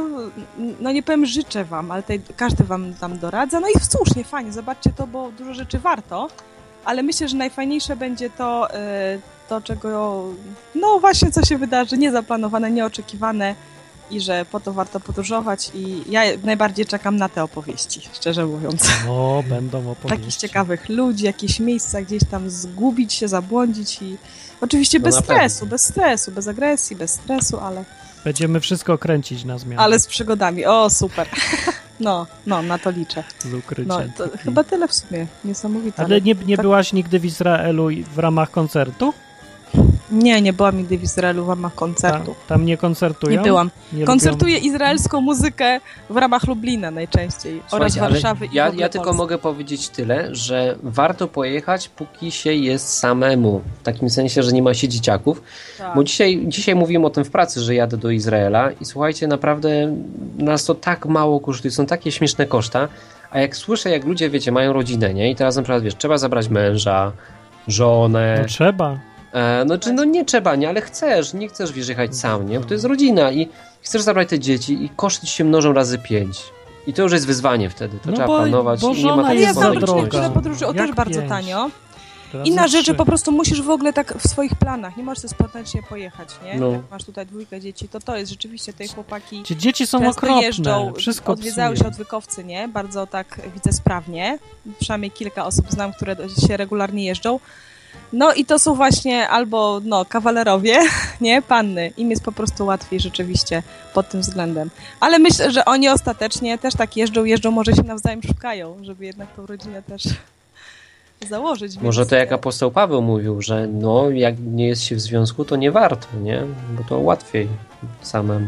no nie powiem życzę wam, ale tutaj każdy wam tam doradza. No i słusznie, fajnie, zobaczcie to, bo dużo rzeczy warto, ale myślę, że najfajniejsze będzie to, to czego, no właśnie co się wydarzy, niezaplanowane, nieoczekiwane, i że po to warto podróżować i ja najbardziej czekam na te opowieści, szczerze mówiąc. O, będą opowieści. Takich ciekawych ludzi, jakieś miejsca gdzieś tam zgubić się, zabłądzić i oczywiście no bez stresu, pewno. bez stresu, bez agresji, bez stresu, ale... Będziemy wszystko kręcić na zmianę. Ale z przygodami, o super. No, no, na to liczę. Z ukryciem. No, to chyba tyle w sumie, niesamowite. Ale nie, nie tak... byłaś nigdy w Izraelu w ramach koncertu? Nie, nie byłam nigdy w Izraelu w ramach koncertu. Tam, tam nie koncertują? Nie byłam. Nie Koncertuję lubią... izraelską muzykę w ramach Lublina najczęściej. Słuchajcie, oraz Warszawy i ja, w ogóle ja tylko Polski. mogę powiedzieć tyle, że warto pojechać, póki się jest samemu. W takim sensie, że nie ma się dzieciaków. Tak. Bo dzisiaj, dzisiaj mówiłem o tym w pracy, że jadę do Izraela i słuchajcie, naprawdę nas to tak mało kosztuje. Są takie śmieszne koszta. A jak słyszę, jak ludzie, wiecie, mają rodzinę, nie? I teraz na przykład, wiesz, trzeba zabrać męża, żonę. No trzeba. E, no, czy, no nie trzeba, nie, ale chcesz, nie chcesz wiesz, jechać sam, nie? Bo to jest rodzina i chcesz zabrać te dzieci i koszty ci się mnożą razy pięć. I to już jest wyzwanie wtedy, to no trzeba bo, planować. Bo i nie ma ale ja znam rodziny, które podróżują też bardzo pięć? tanio. Razy Inna rzecz, że po prostu musisz w ogóle tak w swoich planach, nie możesz sobie spontanicznie pojechać, nie? No. Jak masz tutaj dwójkę dzieci, to to jest rzeczywiście, te chłopaki Ci dzieci są okropne, jeżdżą, wszystko odwiedzają psuje. się odwykowcy, nie? Bardzo tak widzę sprawnie. Przynajmniej kilka osób znam, które się regularnie jeżdżą. No i to są właśnie albo no kawalerowie, nie, panny. Im jest po prostu łatwiej rzeczywiście pod tym względem. Ale myślę, że oni ostatecznie też tak jeżdżą, jeżdżą, może się nawzajem szukają, żeby jednak tą rodzinę też założyć. Może więc... to jak apostoł Paweł mówił, że no jak nie jest się w związku, to nie warto, nie? Bo to łatwiej samemu.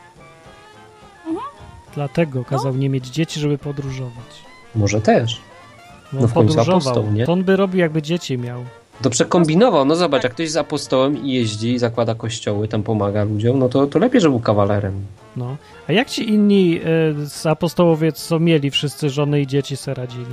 Mhm. Dlatego kazał no. nie mieć dzieci, żeby podróżować. Może też. No, no w końcu apostoł, nie? To on by robił, jakby dzieci miał. To przekombinował, no zobacz, jak ktoś jest apostołem i jeździ i zakłada kościoły, tam pomaga ludziom, no to, to lepiej, żeby był kawalerem. No, a jak ci inni y, z apostołowie, co mieli wszyscy żony i dzieci, se radzili?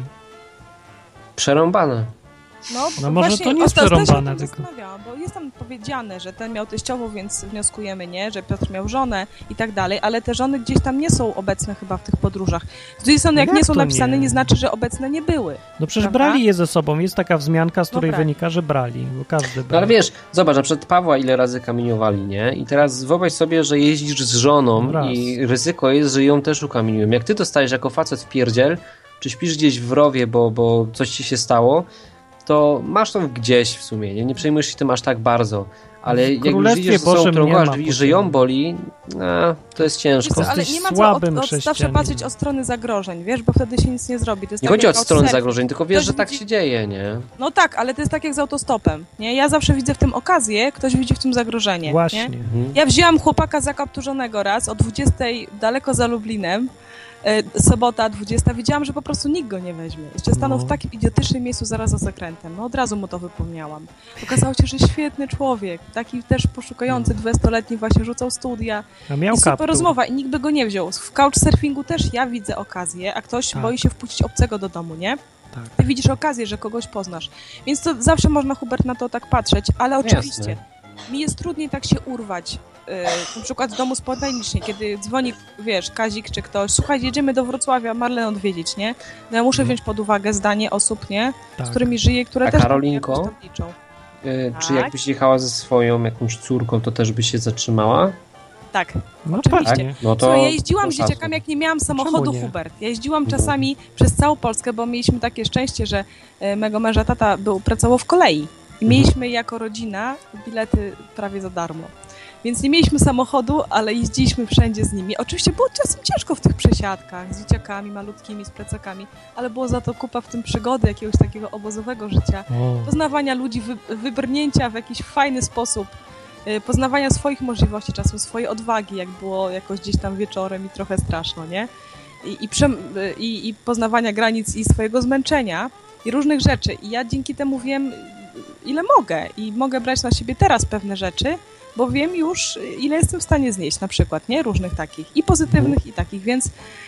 Przerąbane. No, no może to nie jest przerąbane, tylko... Bo jest tam powiedziane, że ten miał teściową, więc wnioskujemy, nie, że Piotr miał żonę i tak dalej, ale te żony gdzieś tam nie są obecne chyba w tych podróżach. Z drugiej strony, jak, jak nie są napisane, nie? nie znaczy, że obecne nie były. No przecież prawda? Brali je ze sobą. Jest taka wzmianka, z której no wynika, że brali, bo każdy brał. No ale wiesz, zobacz, na przykład Pawła ile razy kamieniowali, nie? I teraz wyobraź sobie, że jeździsz z żoną Raz. i ryzyko jest, że ją też ukamieniują. Jak ty dostajesz jako facet w pierdziel, czy śpisz gdzieś w rowie, bo, bo coś ci się stało, to masz to gdzieś w sumie, nie, nie przejmujesz się tym aż tak bardzo, ale jak już idziesz z osobą, którą kochasz, widzisz, że ją boli, no, to jest ciężko. Wiesz, ale nie ma co od, od zawsze patrzeć od strony zagrożeń, wiesz, bo wtedy się nic nie zrobi. To jest nie tak chodzi od strony surf. zagrożeń, tylko wiesz, ktoś że tak widzi... się dzieje, nie? No tak, ale to jest tak jak z autostopem, nie? Ja zawsze widzę w tym okazję, ktoś widzi w tym zagrożenie. Właśnie. Nie? Mhm. Ja wzięłam chłopaka zakapturzonego raz o dwudziestej daleko za Lublinem, sobota dwudziesta, wiedziałam, że po prostu nikt go nie weźmie. Jeszcze stanął no. w takim idiotycznym miejscu zaraz za zakrętem. No od razu mu to wypomniałam. Okazało się, że świetny człowiek, taki też poszukujący, dwudziestoletni, właśnie rzucał studia. A miał I super kaptur. rozmowa i nikt by go nie wziął. W couchsurfingu też ja widzę okazję, a ktoś tak. boi się wpuścić obcego do domu, nie? Tak. Ty widzisz okazję, że kogoś poznasz. Więc to zawsze można, Hubert, na to tak patrzeć, ale oczywiście Jasne. mi jest trudniej tak się urwać. Na przykład w domu spontanicznie, kiedy dzwoni, wiesz, Kazik czy ktoś, słuchaj, jedziemy do Wrocławia Marlenę odwiedzić, nie? No ja muszę hmm. wziąć pod uwagę zdanie osób, nie? Tak. Z którymi żyję, które A też Karolinko, liczą. Yy, tak. Czy jakbyś jechała ze swoją jakąś córką, to też by się zatrzymała? Tak, no oczywiście. Tak. No to, Słuchaj, ja jeździłam z dzieciakami, jak nie miałam samochodu, Hubert. Ja jeździłam czasami hmm. przez całą Polskę, bo mieliśmy takie szczęście, że e, mego męża tata był, pracował w kolei i mieliśmy jako rodzina bilety prawie za darmo. Więc nie mieliśmy samochodu, ale jeździliśmy wszędzie z nimi. Oczywiście było czasem ciężko w tych przesiadkach z dzieciakami malutkimi, z plecakami, ale było za to kupa w tym przygody, jakiegoś takiego obozowego życia, o. poznawania ludzi, wy, wybrnięcia w jakiś fajny sposób, poznawania swoich możliwości, czasem swojej odwagi, jak było jakoś gdzieś tam wieczorem i trochę straszno, nie? I, i, prze, i, i poznawania granic i swojego zmęczenia i różnych rzeczy. I ja dzięki temu wiem, ile mogę i mogę brać na siebie teraz pewne rzeczy, bo wiem już, ile jestem w stanie znieść na przykład, nie? Różnych takich i pozytywnych i takich, więc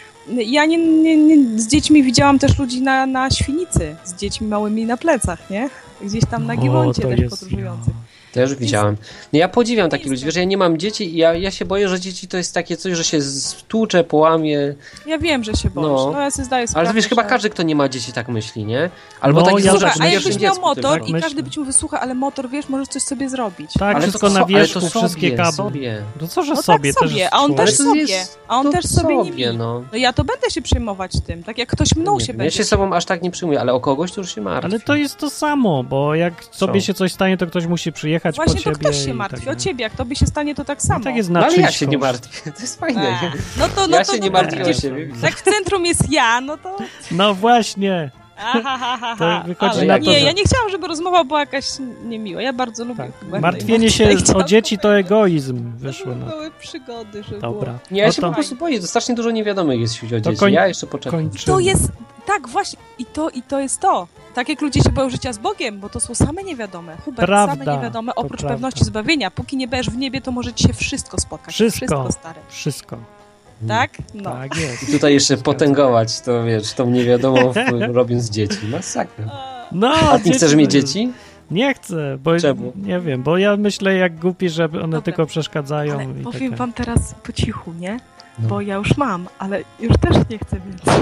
ja nie, nie, nie, z dziećmi widziałam też ludzi na, na Świnicy, z dziećmi małymi na plecach, nie? Gdzieś tam na Giewoncie też jest, podróżujących. Też widziałem. No ja podziwiam takich ludzi, wiesz, ja nie mam dzieci i ja, ja się boję, że dzieci to jest takie coś, że się stłucze, połamie. Ja wiem, że się boisz, no, no ja sobie zdaję sprawę. Ale wiesz, że... chyba każdy, kto nie ma dzieci, tak myśli, nie? Albo no, taki ja słuchaj, a jakbyś miał motor tylko. i każdy by ci mówił, słuchaj, ale motor, wiesz, możesz coś sobie zrobić. Tak, ale wszystko to, na wierzchu, ale to wszystkie sobie, kable. Sobie. No co, że no sobie? Tak sobie, też a on też sobie, jest, a on też sobie, sobie nie no. no ja to będę się przejmować tym, tak jak ktoś mną nie się wiem, będzie. Ja się sobą aż tak nie przyjmuję, ale o kogoś to już się martwi. Ale to jest to samo, bo jak sobie się coś stanie, to ktoś musi przyjechać Właśnie po ciebie. Właśnie to ktoś się martwi tak, o ciebie, jak tobie się stanie, to tak samo. No, tak jest no, na ale ja się koszt. nie martwię, to jest fajne. Eee. No to, no ja to, się no nie to, martwię to, o siebie. Jak w centrum jest ja, no to... No właśnie. Aha, ha, ha, To wychodzi ale na nie, to, że... ja nie chciałam, żeby rozmowa była jakaś niemiła. Ja bardzo lubię. Tak. Martwienie się o dzieci to egoizm wyszło. To no. były przygody, że Dobra. było. Nie, ja no się to... po prostu boję, to strasznie dużo niewiadomych jest, jeśli chodzi o dzieci. Koń... Ja jeszcze poczekam. Kończymy. To jest, tak właśnie, i to, i to jest to. Tak jak ludzie się boją życia z Bogiem, bo to są same niewiadome. Hubert, prawda, same niewiadome, oprócz prawda. pewności zbawienia. Póki nie będziesz w niebie, to może ci się wszystko spotkać. Wszystko. Wszystko, stare. Wszystko. Tak? No. Tak jest. I tutaj jeszcze potęgować to, wiesz, tą niewiadomą robiąc dzieci. Masakra. No, a ty chcesz mieć dzieci? Nie chcę, bo Czemu? nie wiem, bo ja myślę jak głupi, że one Dobra. tylko przeszkadzają. Ale i powiem taka... wam teraz po cichu, nie? No. Bo ja już mam, ale już też nie chcę więcej.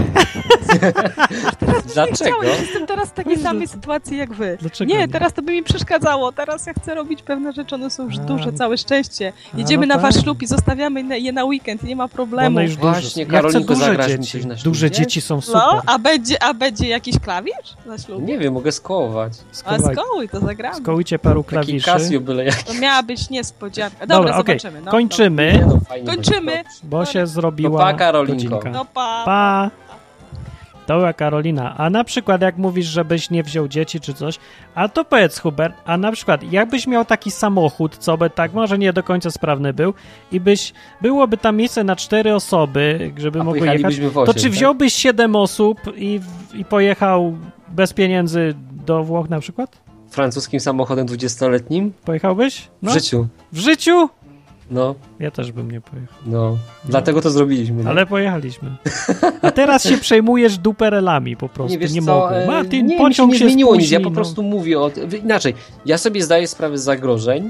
Już teraz Dlaczego? Nie Jestem teraz w takiej samej sytuacji jak wy. Dlaczego nie, nie? teraz to by mi przeszkadzało. Teraz ja chcę robić pewne rzeczy, one są już A, duże, całe szczęście. a, Jedziemy no na wasz tak. ślub i zostawiamy je na weekend, nie ma problemu. One już Właśnie, duże. Ja chcę Karolinko, duże zagrasz mi dzieci. coś na ślubie? Duże dzieci są super. No, a będzie, a będzie jakiś klawisz na ślubie? Nie wiem, mogę skołować. A Skołaj... skołuj, to zagramy. Skołujcie paru Taki klawiszy. Casio byle jak. To miała być niespodzianka. Dobra, Dobra, okej. zobaczymy. No, Kończymy, Nie, no, fajnie Kończymy. będzie. bo się zrobiła To pa, Karolinko. godzinka. No pa. Pa! To była Karolina. A na przykład jak mówisz, żebyś nie wziął dzieci czy coś, a to powiedz Hubert, a na przykład jakbyś miał taki samochód, co by tak może nie do końca sprawny był i byś, byłoby tam miejsce na cztery osoby, żeby A mogły jechać, w osiem, to czy tak? wziąłbyś siedem osób i, i pojechał bez pieniędzy do Włoch na przykład? Francuskim samochodem dwudziestoletnim? Pojechałbyś? No. W życiu. W życiu? No, Ja też bym nie pojechał. no. Dlatego to zrobiliśmy. No. Ale pojechaliśmy. A teraz się przejmujesz duperelami po prostu. Nie, wiesz nie co, mogę. e, Martin, nie, pociąg mi się się nie zmieniło nic, ja spóźni, po no. prostu mówię o... Inaczej, ja sobie zdaję sprawę z zagrożeń,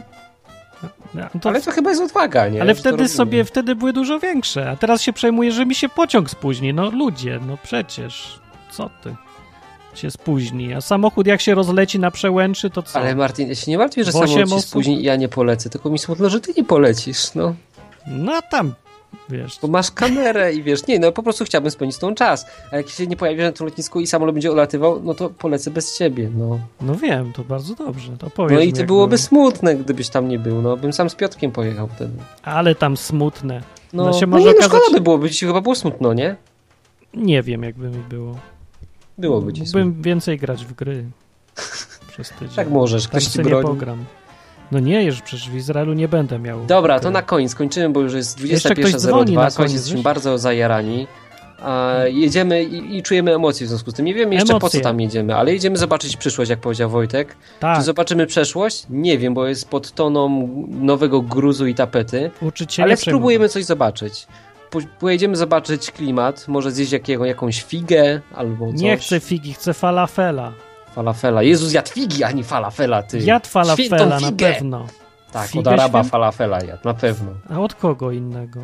No, to... ale to chyba jest odwaga, nie? Ale Że to wtedy robimy. sobie, wtedy były dużo większe, a teraz się przejmuje, że mi się pociąg spóźni. No ludzie, no przecież, co ty? Się spóźni, a samochód jak się rozleci na przełęczy, to co? Ale Martin, ja się nie martwię, że W osiem samochód się osób? spóźni i ja nie polecę, tylko mi smutno, że ty nie polecisz, no. No tam, wiesz... Bo masz kamerę i wiesz, nie, no po prostu chciałbym spędzić tą czas, a jak się nie pojawię na tym lotnisku i samolot będzie ulatywał, no to polecę bez ciebie, no. No wiem, to bardzo dobrze, to powiedz No mi, i to jak byłoby było. smutne, gdybyś tam nie był, no, bym sam z Piotrkiem pojechał wtedy. Ale tam smutne. No, No, się no może nie, no okazać... szkoda by było, by ci chyba było smutno, nie? Nie wiem, jakby mi było. Byłoby ci smutno. Mógłbym więcej grać w gry przez tydzień. Tak możesz, Tam ktoś ci sobie nie broni. pogram. No nie, już przecież w Izraelu nie będę miał. Dobra, to gry. na koniec kończymy, bo już jest Jeszcze ktoś dwudziesta pierwsza zero dzwoni na dwa. Słuchajcie, koniec, jesteśmy wiesz? bardzo zajarani. A jedziemy i, i czujemy emocje w związku z tym. Nie wiemy jeszcze Emocje. po co tam jedziemy, ale jedziemy zobaczyć przyszłość, jak powiedział Wojtek. Tak, Czy zobaczymy przeszłość? Nie wiem, bo jest pod toną nowego gruzu i tapety. uczyć się Ale nie spróbujemy przejmować. coś zobaczyć. Po- Pojedziemy zobaczyć klimat, może zjeść jakiego, jakąś figę albo coś. Nie chcę figi, chcę falafela. Falafela. Jezus, jadł figi, a nie falafela, ty. Jadł falafela Świętą na figę. pewno. Tak, Figę od Araba świętą? falafela jadł, na pewno. A od kogo innego?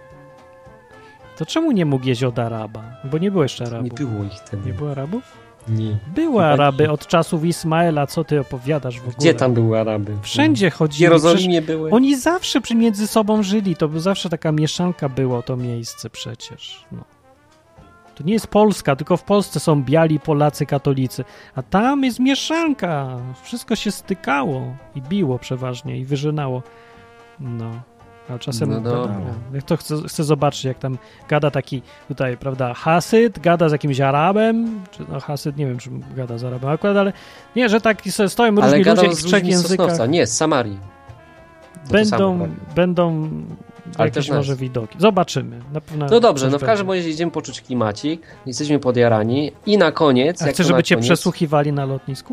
To czemu nie mógł jeść od Araba? Bo nie było jeszcze Arabów. Nie było ich wtedy. Nie było Arabów? Nie. Były Chyba Araby nie. od czasów Ismaela, co ty opowiadasz w ogóle? Gdzie tam były Araby? Wszędzie W chodzili. Jerozolimie Przecież były. Oni zawsze przy między sobą żyli, to by zawsze taka mieszanka było to miejsce przecież. No. To nie jest Polska, tylko w Polsce są biali Polacy, katolicy, a tam jest mieszanka. Wszystko się stykało i biło przeważnie i wyrzynało. No. A czasem No dobra. gadało. Jak to chcę, chcę zobaczyć, jak tam gada taki tutaj, prawda, Hasyd, gada z jakimś Arabem, czy no Hasyd, nie wiem, czy gada z Arabem akurat, ale nie, że tak sobie stoją różni Ale ludzie gadał w z trzech ludźmi z językach. Sosnowca. Nie, z Samarii. To to Będą, samo prawie. będą Ale jakieś też nas. może widoki. Zobaczymy. Na pewno No dobrze, coś no w każdym będzie. razie idziemy poczuć klimacik. Jesteśmy podjarani. I na koniec... A jak chcesz, to żeby na cię koniec, przesłuchiwali na lotnisku?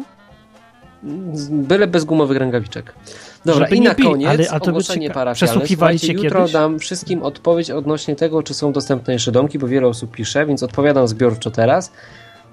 Byle bez gumowych rękawiczek. Dobra, Żeby i nie na bili, koniec ale- a to by ogłoszenie cieka- parafialne. przesłuchiwali Słuchajcie, cię jutro kiedyś? dam wszystkim odpowiedź odnośnie tego, czy są dostępne jeszcze domki, bo wiele osób pisze, więc odpowiadam zbiorczo teraz.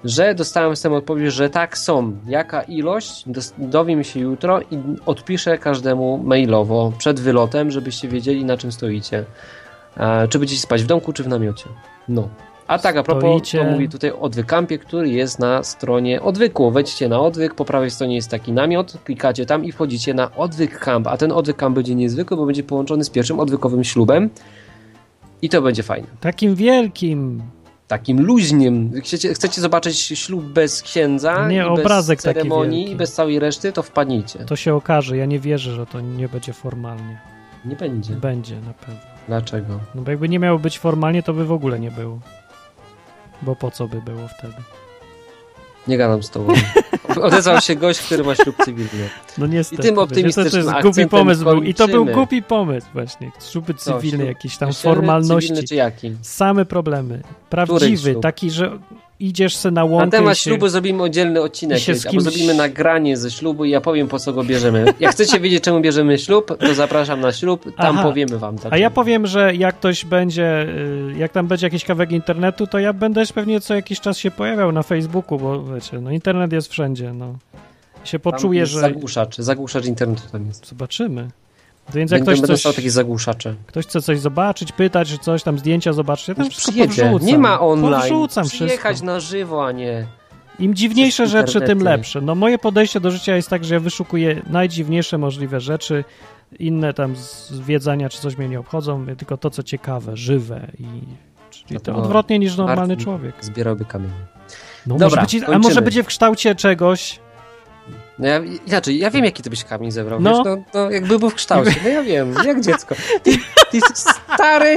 że dostałem z tym odpowiedź, że tak są. Jaka ilość? Dowiem się jutro i odpiszę każdemu mailowo przed wylotem, żebyście wiedzieli, na czym stoicie. E, czy będziecie spać w domku, czy w namiocie. No. A tak, a propos, Stoicie... to mówi tutaj o Odwykampie, który jest na stronie Odwyku. Wejdźcie na Odwyk, po prawej stronie jest taki namiot, klikacie tam i wchodzicie na Odwyk Camp, a ten Odwyk Camp będzie niezwykły, bo będzie połączony z pierwszym odwykowym ślubem i to będzie fajne. Takim wielkim. Takim luźnym. Chcecie, chcecie zobaczyć ślub bez księdza, nie, i obrazek bez ceremonii i bez całej reszty, to wpadnijcie. To się okaże, ja nie wierzę, że to nie będzie formalnie. Nie będzie. Będzie, na pewno. Dlaczego? No bo jakby nie miało być formalnie, to by w ogóle nie było. Bo po co by było wtedy? Nie gadam z tobą. Odezwał się gość, który ma ślub cywilny. No niestety. I tym optymistycznym to jest głupi pomysł był. I to był głupi pomysł właśnie. Śluby cywilne, ślub, jakieś tam formalności. Cywilny czy jaki? Same problemy. Prawdziwy, taki, że idziesz se na łąkę. Na temat się... ślubu zrobimy oddzielny odcinek, się kimś... albo zrobimy nagranie ze ślubu i ja powiem, po co go bierzemy. Jak chcecie wiedzieć, czemu bierzemy ślub, to zapraszam na ślub, tam Aha. powiemy wam. A ja powiem, że jak ktoś będzie, jak tam będzie jakiś kawałek internetu, to ja będę pewnie co jakiś czas się pojawiał na Facebooku, bo wiecie, no internet jest wszędzie, no. Się poczuje, że... Zagłuszacz, zagłuszacz internetu tam jest. Zobaczymy. Więc jak ktoś coś, takie zagłuszacze. Ktoś chce coś zobaczyć, pytać, czy coś tam, zdjęcia zobaczyć, ja tam wszystko powrzucam. Nie ma online. Powrzucam Przyjechać wszystko. na żywo, a nie... Im dziwniejsze rzeczy, tym lepsze. No moje podejście do życia jest tak, że ja wyszukuję najdziwniejsze możliwe rzeczy, inne tam zwiedzania czy coś mnie nie obchodzą, tylko to, co ciekawe, żywe i czyli to odwrotnie niż normalny Martin człowiek. Zbierałby kamienie. No Dobra, może być, a może będzie w kształcie czegoś. No ja, inaczej, ja wiem, jaki ty byś kamień zebrał. No. Wiesz, no, no jakby był w kształcie. No ja wiem, jak dziecko. Ty, ty stary...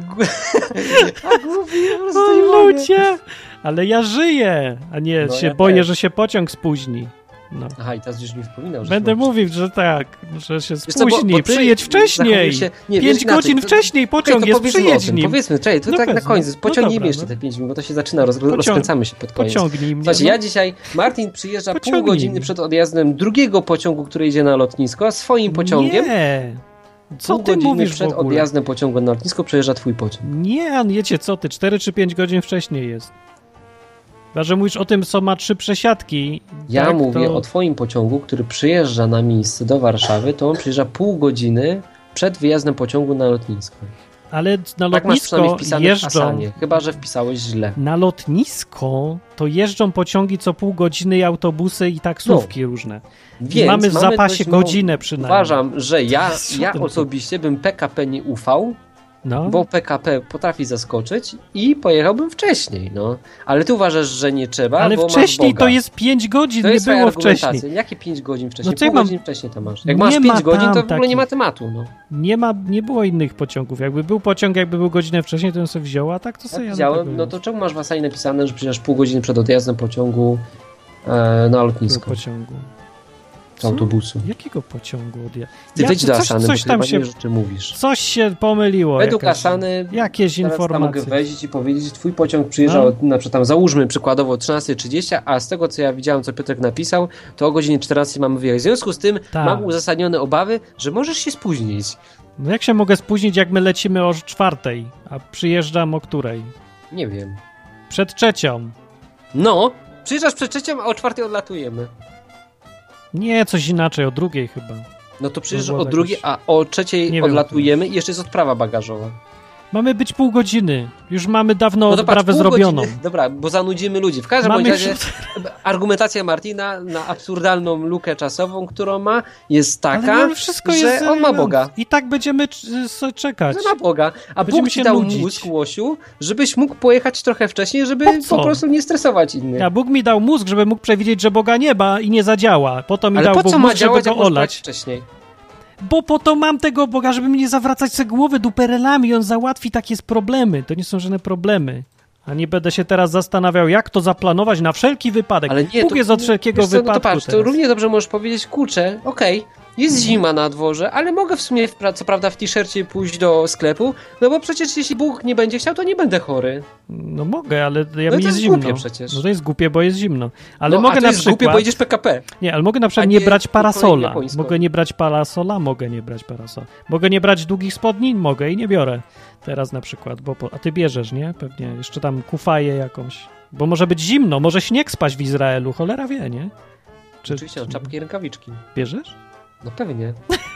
A głupi, po prostu nie ludzie! Ale ja żyję, a nie no się ja boję, też. że się pociąg spóźni. No. Aha, i teraz już mi wspominał, że... Będę mówił, że tak, że się spóźni. Co, bo, bo przyjedź wcześniej. Się, nie, pięć wiesz, godzin to, wcześniej pociąg okay, jest, przyjedź nim. Powiedzmy, czekaj, to no tak pewnie. na koniec. Pociągnijmy no jeszcze te pięć minut, bo to się zaczyna, roz, Pociąg, rozkręcamy się pod koniec. Pociągnij mnie. Słuchajcie, ja dzisiaj, Martin przyjeżdża pół godziny przed odjazdem drugiego pociągu, który idzie na lotnisko, swoim pociągiem. Nie. Co Pół ty godziny mówisz przed odjazdem pociągu na lotnisko przejeżdża twój pociąg. Nie, on jedzie, co ty, cztery czy pięć godzin wcześniej jest. Chyba, że mówisz o tym, co ma trzy przesiadki. Ja tak, mówię to... o twoim pociągu, który przyjeżdża na miejsce do Warszawy, to on przyjeżdża pół godziny przed wyjazdem pociągu na lotnisko. Ale na tak lotnisko jeżdżą... W Asanie, chyba że wpisałeś źle. Na lotnisko to jeżdżą pociągi co pół godziny i autobusy i taksówki no. różne. Więc mamy w zapasie mamy godzinę przynajmniej. Uważam, że ja, ja osobiście bym P K P nie ufał, no. bo P K P potrafi zaskoczyć i pojechałbym wcześniej, no. Ale ty uważasz, że nie trzeba, ale bo wcześniej to jest pięć godzin, to nie jest było wcześniej. Jakie pięć godzin wcześniej? No co Pół mam... godzin wcześniej to masz. Jak nie masz pięć godzin, to w ogóle nie ma tematu, no. Nie ma, nie było innych pociągów. Jakby był pociąg, jakby był godzinę wcześniej, to bym sobie wziął, a tak to sobie ja wziąłem, no to czemu masz w Asanie napisane, że przyjeżdżasz pół godziny przed odjazdem pociągu e, na lotnisko? Pociągu. Z autobusu. Jakiego pociągu? Ja... Ty wejdź do Asany, coś, bo tam się... nie wiesz, o czym mówisz. Coś się pomyliło. Według jakaś... Asany jakieś informacje. Mogę wejść i powiedzieć, że twój pociąg przyjeżdżał, no. na przykład tam załóżmy przykładowo o trzynasta trzydzieści, a z tego, co ja widziałem, co Piotrek napisał, to o godzinie czternastej mamy wyjechać. W związku z tym Ta. mam uzasadnione obawy, że możesz się spóźnić. No jak się mogę spóźnić, jak my lecimy o czwartej, a przyjeżdżam o której? Nie wiem. Przed trzecią. No, przyjeżdżasz przed trzecią, a o czwartej odlatujemy. Nie, coś inaczej, o drugiej chyba. No to przecież o drugiej, a o trzeciej nie odlatujemy i jeszcze jest odprawa bagażowa. Mamy być pół godziny. Już mamy dawno no odprawę patrz, zrobioną. Godziny. Dobra, bo zanudzimy ludzi. W każdym mamy razie już... argumentacja Martina na absurdalną lukę czasową, którą ma, jest taka, że jest, on ma Boga. I tak będziemy czekać. Że ma Boga. A będziemy Bóg ci dał nudzić. mózg, Łosiu, żebyś mógł pojechać trochę wcześniej, żeby po, po prostu nie stresować innych. A Bóg mi dał mózg, żeby mógł przewidzieć, że Boga nie ma i nie zadziała. Po to mi Ale dał po Bóg co mózg, ma działać, żeby go olać. Wcześniej? Bo po to mam tego Boga, żeby mi nie zawracać sobie głowy duperelami i on załatwi takie problemy. To nie są żadne problemy. A nie będę się teraz zastanawiał, jak to zaplanować na wszelki wypadek. Ale nie, Bóg to, jest od wszelkiego wypadku. No to patrz, teraz. To równie dobrze możesz powiedzieć, kurczę, okej, okay, jest zima na dworze, ale mogę w sumie, co prawda, w t-shircie pójść do sklepu, no bo przecież jeśli Bóg nie będzie chciał, to nie będę chory. No mogę, ale ja no mi to jest zimno. Głupie przecież. No to jest głupie, bo jest zimno. Ale no, mogę a to na jest przykład... głupie, bo jedziesz P K P. Nie, ale mogę na przykład nie, nie brać parasola. Mogę nie brać parasola, mogę nie brać parasola. Mogę nie brać długich spodni? Mogę i nie biorę. Teraz na przykład, bo... Po... A ty bierzesz, nie? Pewnie. Jeszcze tam kufaję jakąś. Bo może być zimno, może śnieg spaść w Izraelu, cholera wie, nie? Czy, Oczywiście, czy... czapki i rękawiczki. Bierzesz? No pewnie.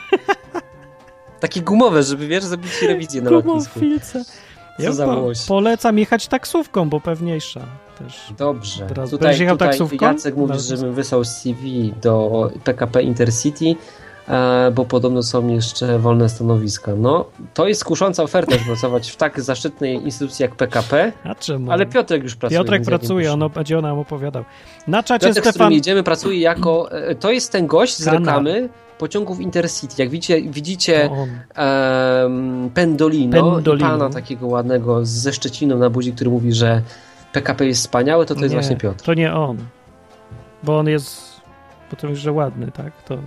Takie gumowe, żeby, wiesz, zrobić rewizję na lotnisku. Co ja za po, polecam jechać taksówką, bo pewniejsza też. Dobrze. Teraz tutaj tutaj taksówką? Jacek mówi, żebym wysłał C V do P K P Intercity, e, bo podobno są jeszcze wolne stanowiska. No, to jest kusząca oferta, żeby pracować w tak zaszczytnej instytucji jak P K P. A czemu? Ale Piotrek już pracuje. Piotrek pracuje, on będzie nam opowiadał. Na czacie Piotrek, Stefan... z którym jedziemy, pracuje jako... To jest ten gość z reklamy pociągów Intercity. Jak widzicie, widzicie um, Pendolino, Pendolino i pana takiego ładnego ze Szczeciną na buzi, który mówi, że P K P jest wspaniałe, to to jest nie, właśnie Piotr. To nie on. Bo on jest... Bo to już, że ładny, tak? To...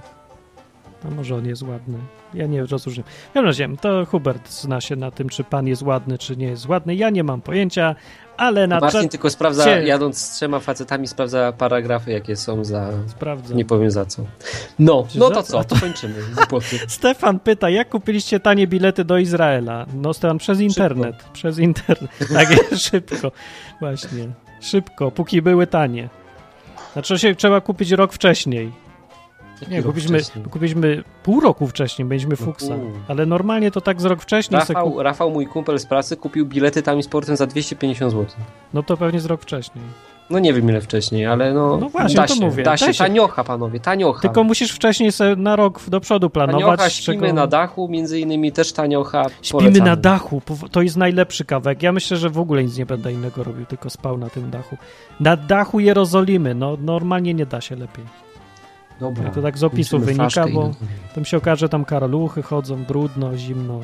No może on jest ładny. Ja nie rozróżniam. W każdym razie, to Hubert zna się na tym, czy pan jest ładny, czy nie jest ładny. Ja nie mam pojęcia, ale na... Marcin cza... tylko sprawdza, Cie... jadąc z trzema facetami, sprawdza paragrafy, jakie są za... Sprawdza. Nie powiem za co. No, no to co? To kończymy. Stefan pyta, jak kupiliście tanie bilety do Izraela? No Stefan, przez internet. Szybko. Przez internet. Tak jest, szybko. Właśnie. Szybko, póki były tanie. Znaczy się trzeba kupić rok wcześniej. Nie, kupiliśmy, kupiliśmy pół roku wcześniej, byliśmy fuksa, no, ale normalnie to tak z rok wcześniej. Rafał, kup... Rafał, mój kumpel z pracy, kupił bilety tam i sportem za dwieście pięćdziesiąt złotych. No to pewnie z rok wcześniej. No nie wiem ile wcześniej, ale no, no właśnie, da to się, mówię. Da się, taniocha panowie, taniocha. Tylko musisz wcześniej sobie na rok do przodu planować. Taniocha, śpimy czego... na dachu, między innymi też taniocha. Śpimy polecamy. Na dachu, to jest najlepszy kawałek. Ja myślę, że w ogóle nic nie będę innego robił, tylko spał na tym dachu. Na dachu Jerozolimy, no normalnie nie da się lepiej. Dobra. Jak to tak z opisu wynika, bo tam się okaże, że tam karaluchy chodzą, brudno, zimno.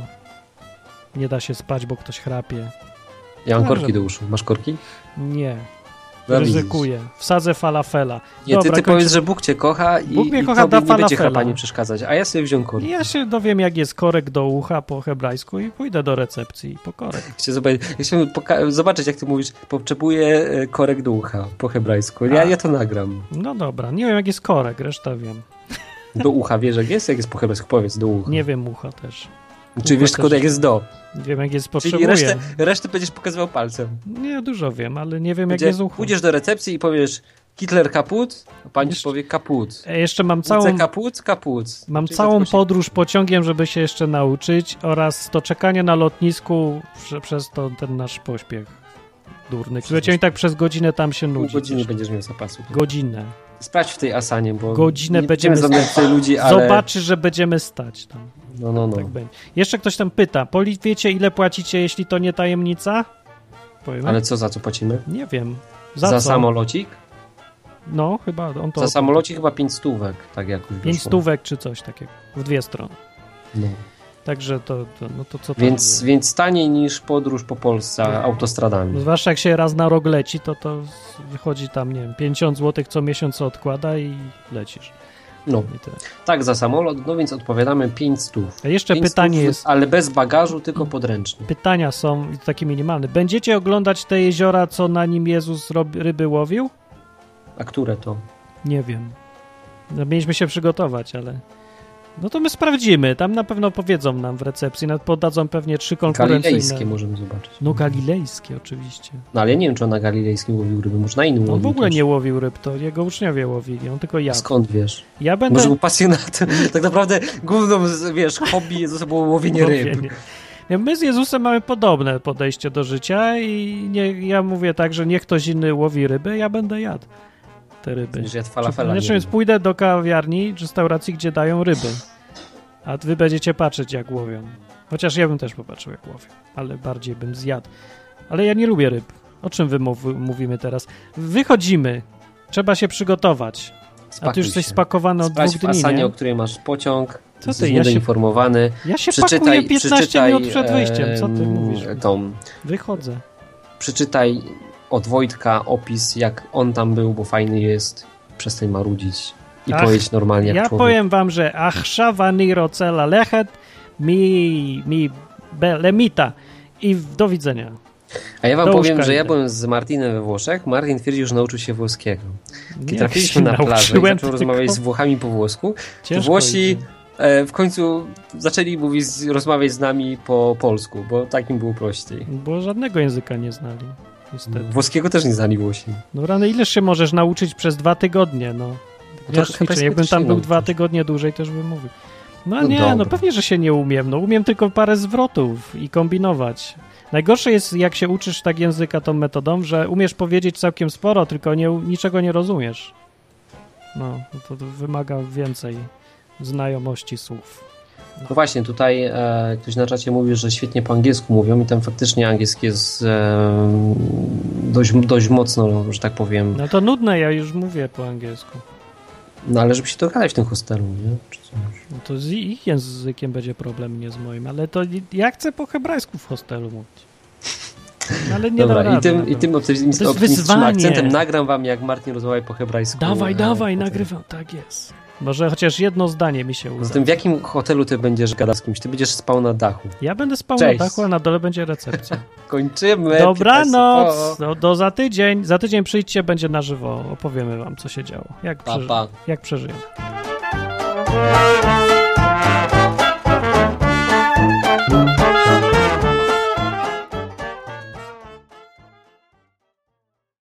Nie da się spać, bo ktoś chrapie. Ja mam korki do uszu. Masz korki? Nie. Ryzykuję. Wsadzę falafela. Nie, Dobra, ty, ty kończy... powiedz, że Bóg cię kocha i, Bóg mnie i kocha, tobie da nie falafela. Będzie chrapanie przeszkadzać, a ja sobie wziąłem korek. Ja się dowiem, jak jest korek do ucha po hebrajsku i pójdę do recepcji po korek. Chciałbym poka- zobaczyć, jak ty mówisz, potrzebuję korek do ucha po hebrajsku. Ja, ja to nagram. No dobra, nie wiem, jak jest korek, resztę wiem. Do ucha, wiesz, jak jest? Jak jest po hebrajsku? Powiedz, do ucha. Nie wiem, ucha też. Czy wiesz tylko, jak jest do? Wiem, jak jest potrzebuję. Czyli resztę, resztę będziesz pokazywał palcem. Nie, dużo wiem, ale nie wiem, Będzie, jak jest ucho. Pójdziesz do recepcji i powiesz Hitler kaput, a pani jeszcze, powie kaput. Jeszcze mam całą... kaput, kaput. Mam Czyli całą podróż pociągiem, żeby się jeszcze nauczyć oraz to czekanie na lotnisku prze, przez to ten nasz pośpiech durny. Który i tak przez godzinę tam się nudzi. Pół godziny będziesz miał zapasu. Godzinę. Sprawdź w tej Asanie, bo godzinę nie będziemy stać. Ludzi, ale... Zobaczysz, że będziemy stać tam. No, no, no. Tak będzie. Jeszcze ktoś tam pyta, Poli, wiecie, ile płacicie, jeśli to nie tajemnica? Powiem. Ale co, za co płacimy? Nie wiem. Za, za co? samolocik? No, chyba on to... Za samolocik chyba pięć stówek, tak jak już Pięć stówek czy coś takiego, w dwie strony. No. Także to, to, no to co to więc, więc taniej niż podróż po Polsce no. autostradami. Zwłaszcza jak się raz na rok leci, to to wychodzi tam, nie wiem, pięćdziesiąt złotych co miesiąc odkłada i lecisz. No, tak za samolot, no więc odpowiadamy pięć stów. A jeszcze pięć pytanie stów, jest... Ale bez bagażu, tylko podręczny. Pytania są takie minimalne. Będziecie oglądać te jeziora, co na nim Jezus ryby łowił? A które to? Nie wiem. No, mieliśmy się przygotować, ale... No to my sprawdzimy. Tam na pewno powiedzą nam w recepcji. Podadzą pewnie trzy konkurencyjne. Galilejskie możemy zobaczyć. No galilejskie oczywiście. No ale ja nie wiem, czy on na galilejskim łowił ryby. Może na innym łowił. On w ogóle też. nie łowił ryb, to jego uczniowie łowili. On tylko jadł. Skąd wiesz? Ja będę... Może był pasjonatem. Tak naprawdę główną, wiesz, hobby Jezusa było łowienie ryb. My z Jezusem mamy podobne podejście do życia i nie, ja mówię tak, że niech ktoś inny łowi ryby, ja będę jadł te ryby. Znaczy, więc pójdę do kawiarni, restauracji, gdzie dają ryby. A wy będziecie patrzeć, jak łowią. Chociaż ja bym też popatrzył, jak łowią. Ale bardziej bym zjadł. Ale ja nie lubię ryb. O czym wy mów, mówimy teraz? Wychodzimy. Trzeba się przygotować. Spakuj A ty już jesteś spakowany od Sprawdź dwóch dni, w Asanie, nie? o której masz pociąg. Co ty? Ja się, informowany. Ja się przeczytaj, pakuję piętnaście przeczytaj, minut przed wyjściem. Co ty mówisz? Tą, Wychodzę. Przeczytaj od Wojtka opis, jak on tam był, bo fajny jest. Przestań marudzić. I Ach, pojedź normalnie jak ja człowiek. powiem wam, że achszawani rocela lechet mi, mi lemita i do widzenia. A ja wam do powiem, że ja byłem z Martinem we Włoszech. Martin twierdził, że nauczył się włoskiego. Kiedy trafiliśmy na plażę i zaczął rozmawiać z Włochami po włosku, to Włosi e, w końcu zaczęli mówić, rozmawiać z nami po polsku, bo takim było prościej. Bo żadnego języka nie znali. niestety. Włoskiego też nie znali Włosi. No rany, ileż się możesz nauczyć przez dwa tygodnie, no. Ja ćwiczę, jakbym tam był dwa tygodnie dłużej, to już bym mówił. No, no nie, dobra. No pewnie, że się nie umiem. No umiem tylko parę zwrotów i kombinować. Najgorsze jest, jak się uczysz tak języka tą metodą, że umiesz powiedzieć całkiem sporo, tylko nie, niczego nie rozumiesz. No, to, to wymaga więcej znajomości słów. No, no właśnie, tutaj e, ktoś na czacie mówi, że świetnie po angielsku mówią i tam faktycznie angielski jest e, dość, dość mocno, że tak powiem. No to nudne, ja już mówię po angielsku. No ale żeby się dogadać w tym hostelu, nie? Czy coś? No to z ich językiem będzie problem, nie z moim, ale to ja chcę po hebrajsku w hostelu mówić. Ale nie Dobra, da rady, i tym, i tym optymistycznym akcentem nagram wam, jak Martin rozmawia po hebrajsku. Dawaj, dawaj, nagrywam, tak jest. Może chociaż jedno zdanie mi się uda. Zatem w jakim hotelu ty będziesz gadał z kimś? Ty będziesz spał na dachu. Ja będę spał Cześć. na dachu, a na dole będzie recepcja. Kończymy. Dobranoc. No, do za tydzień. Za tydzień przyjdźcie, będzie na żywo. Opowiemy wam, co się działo. Jak, pa, przeży- pa. jak przeżyjemy.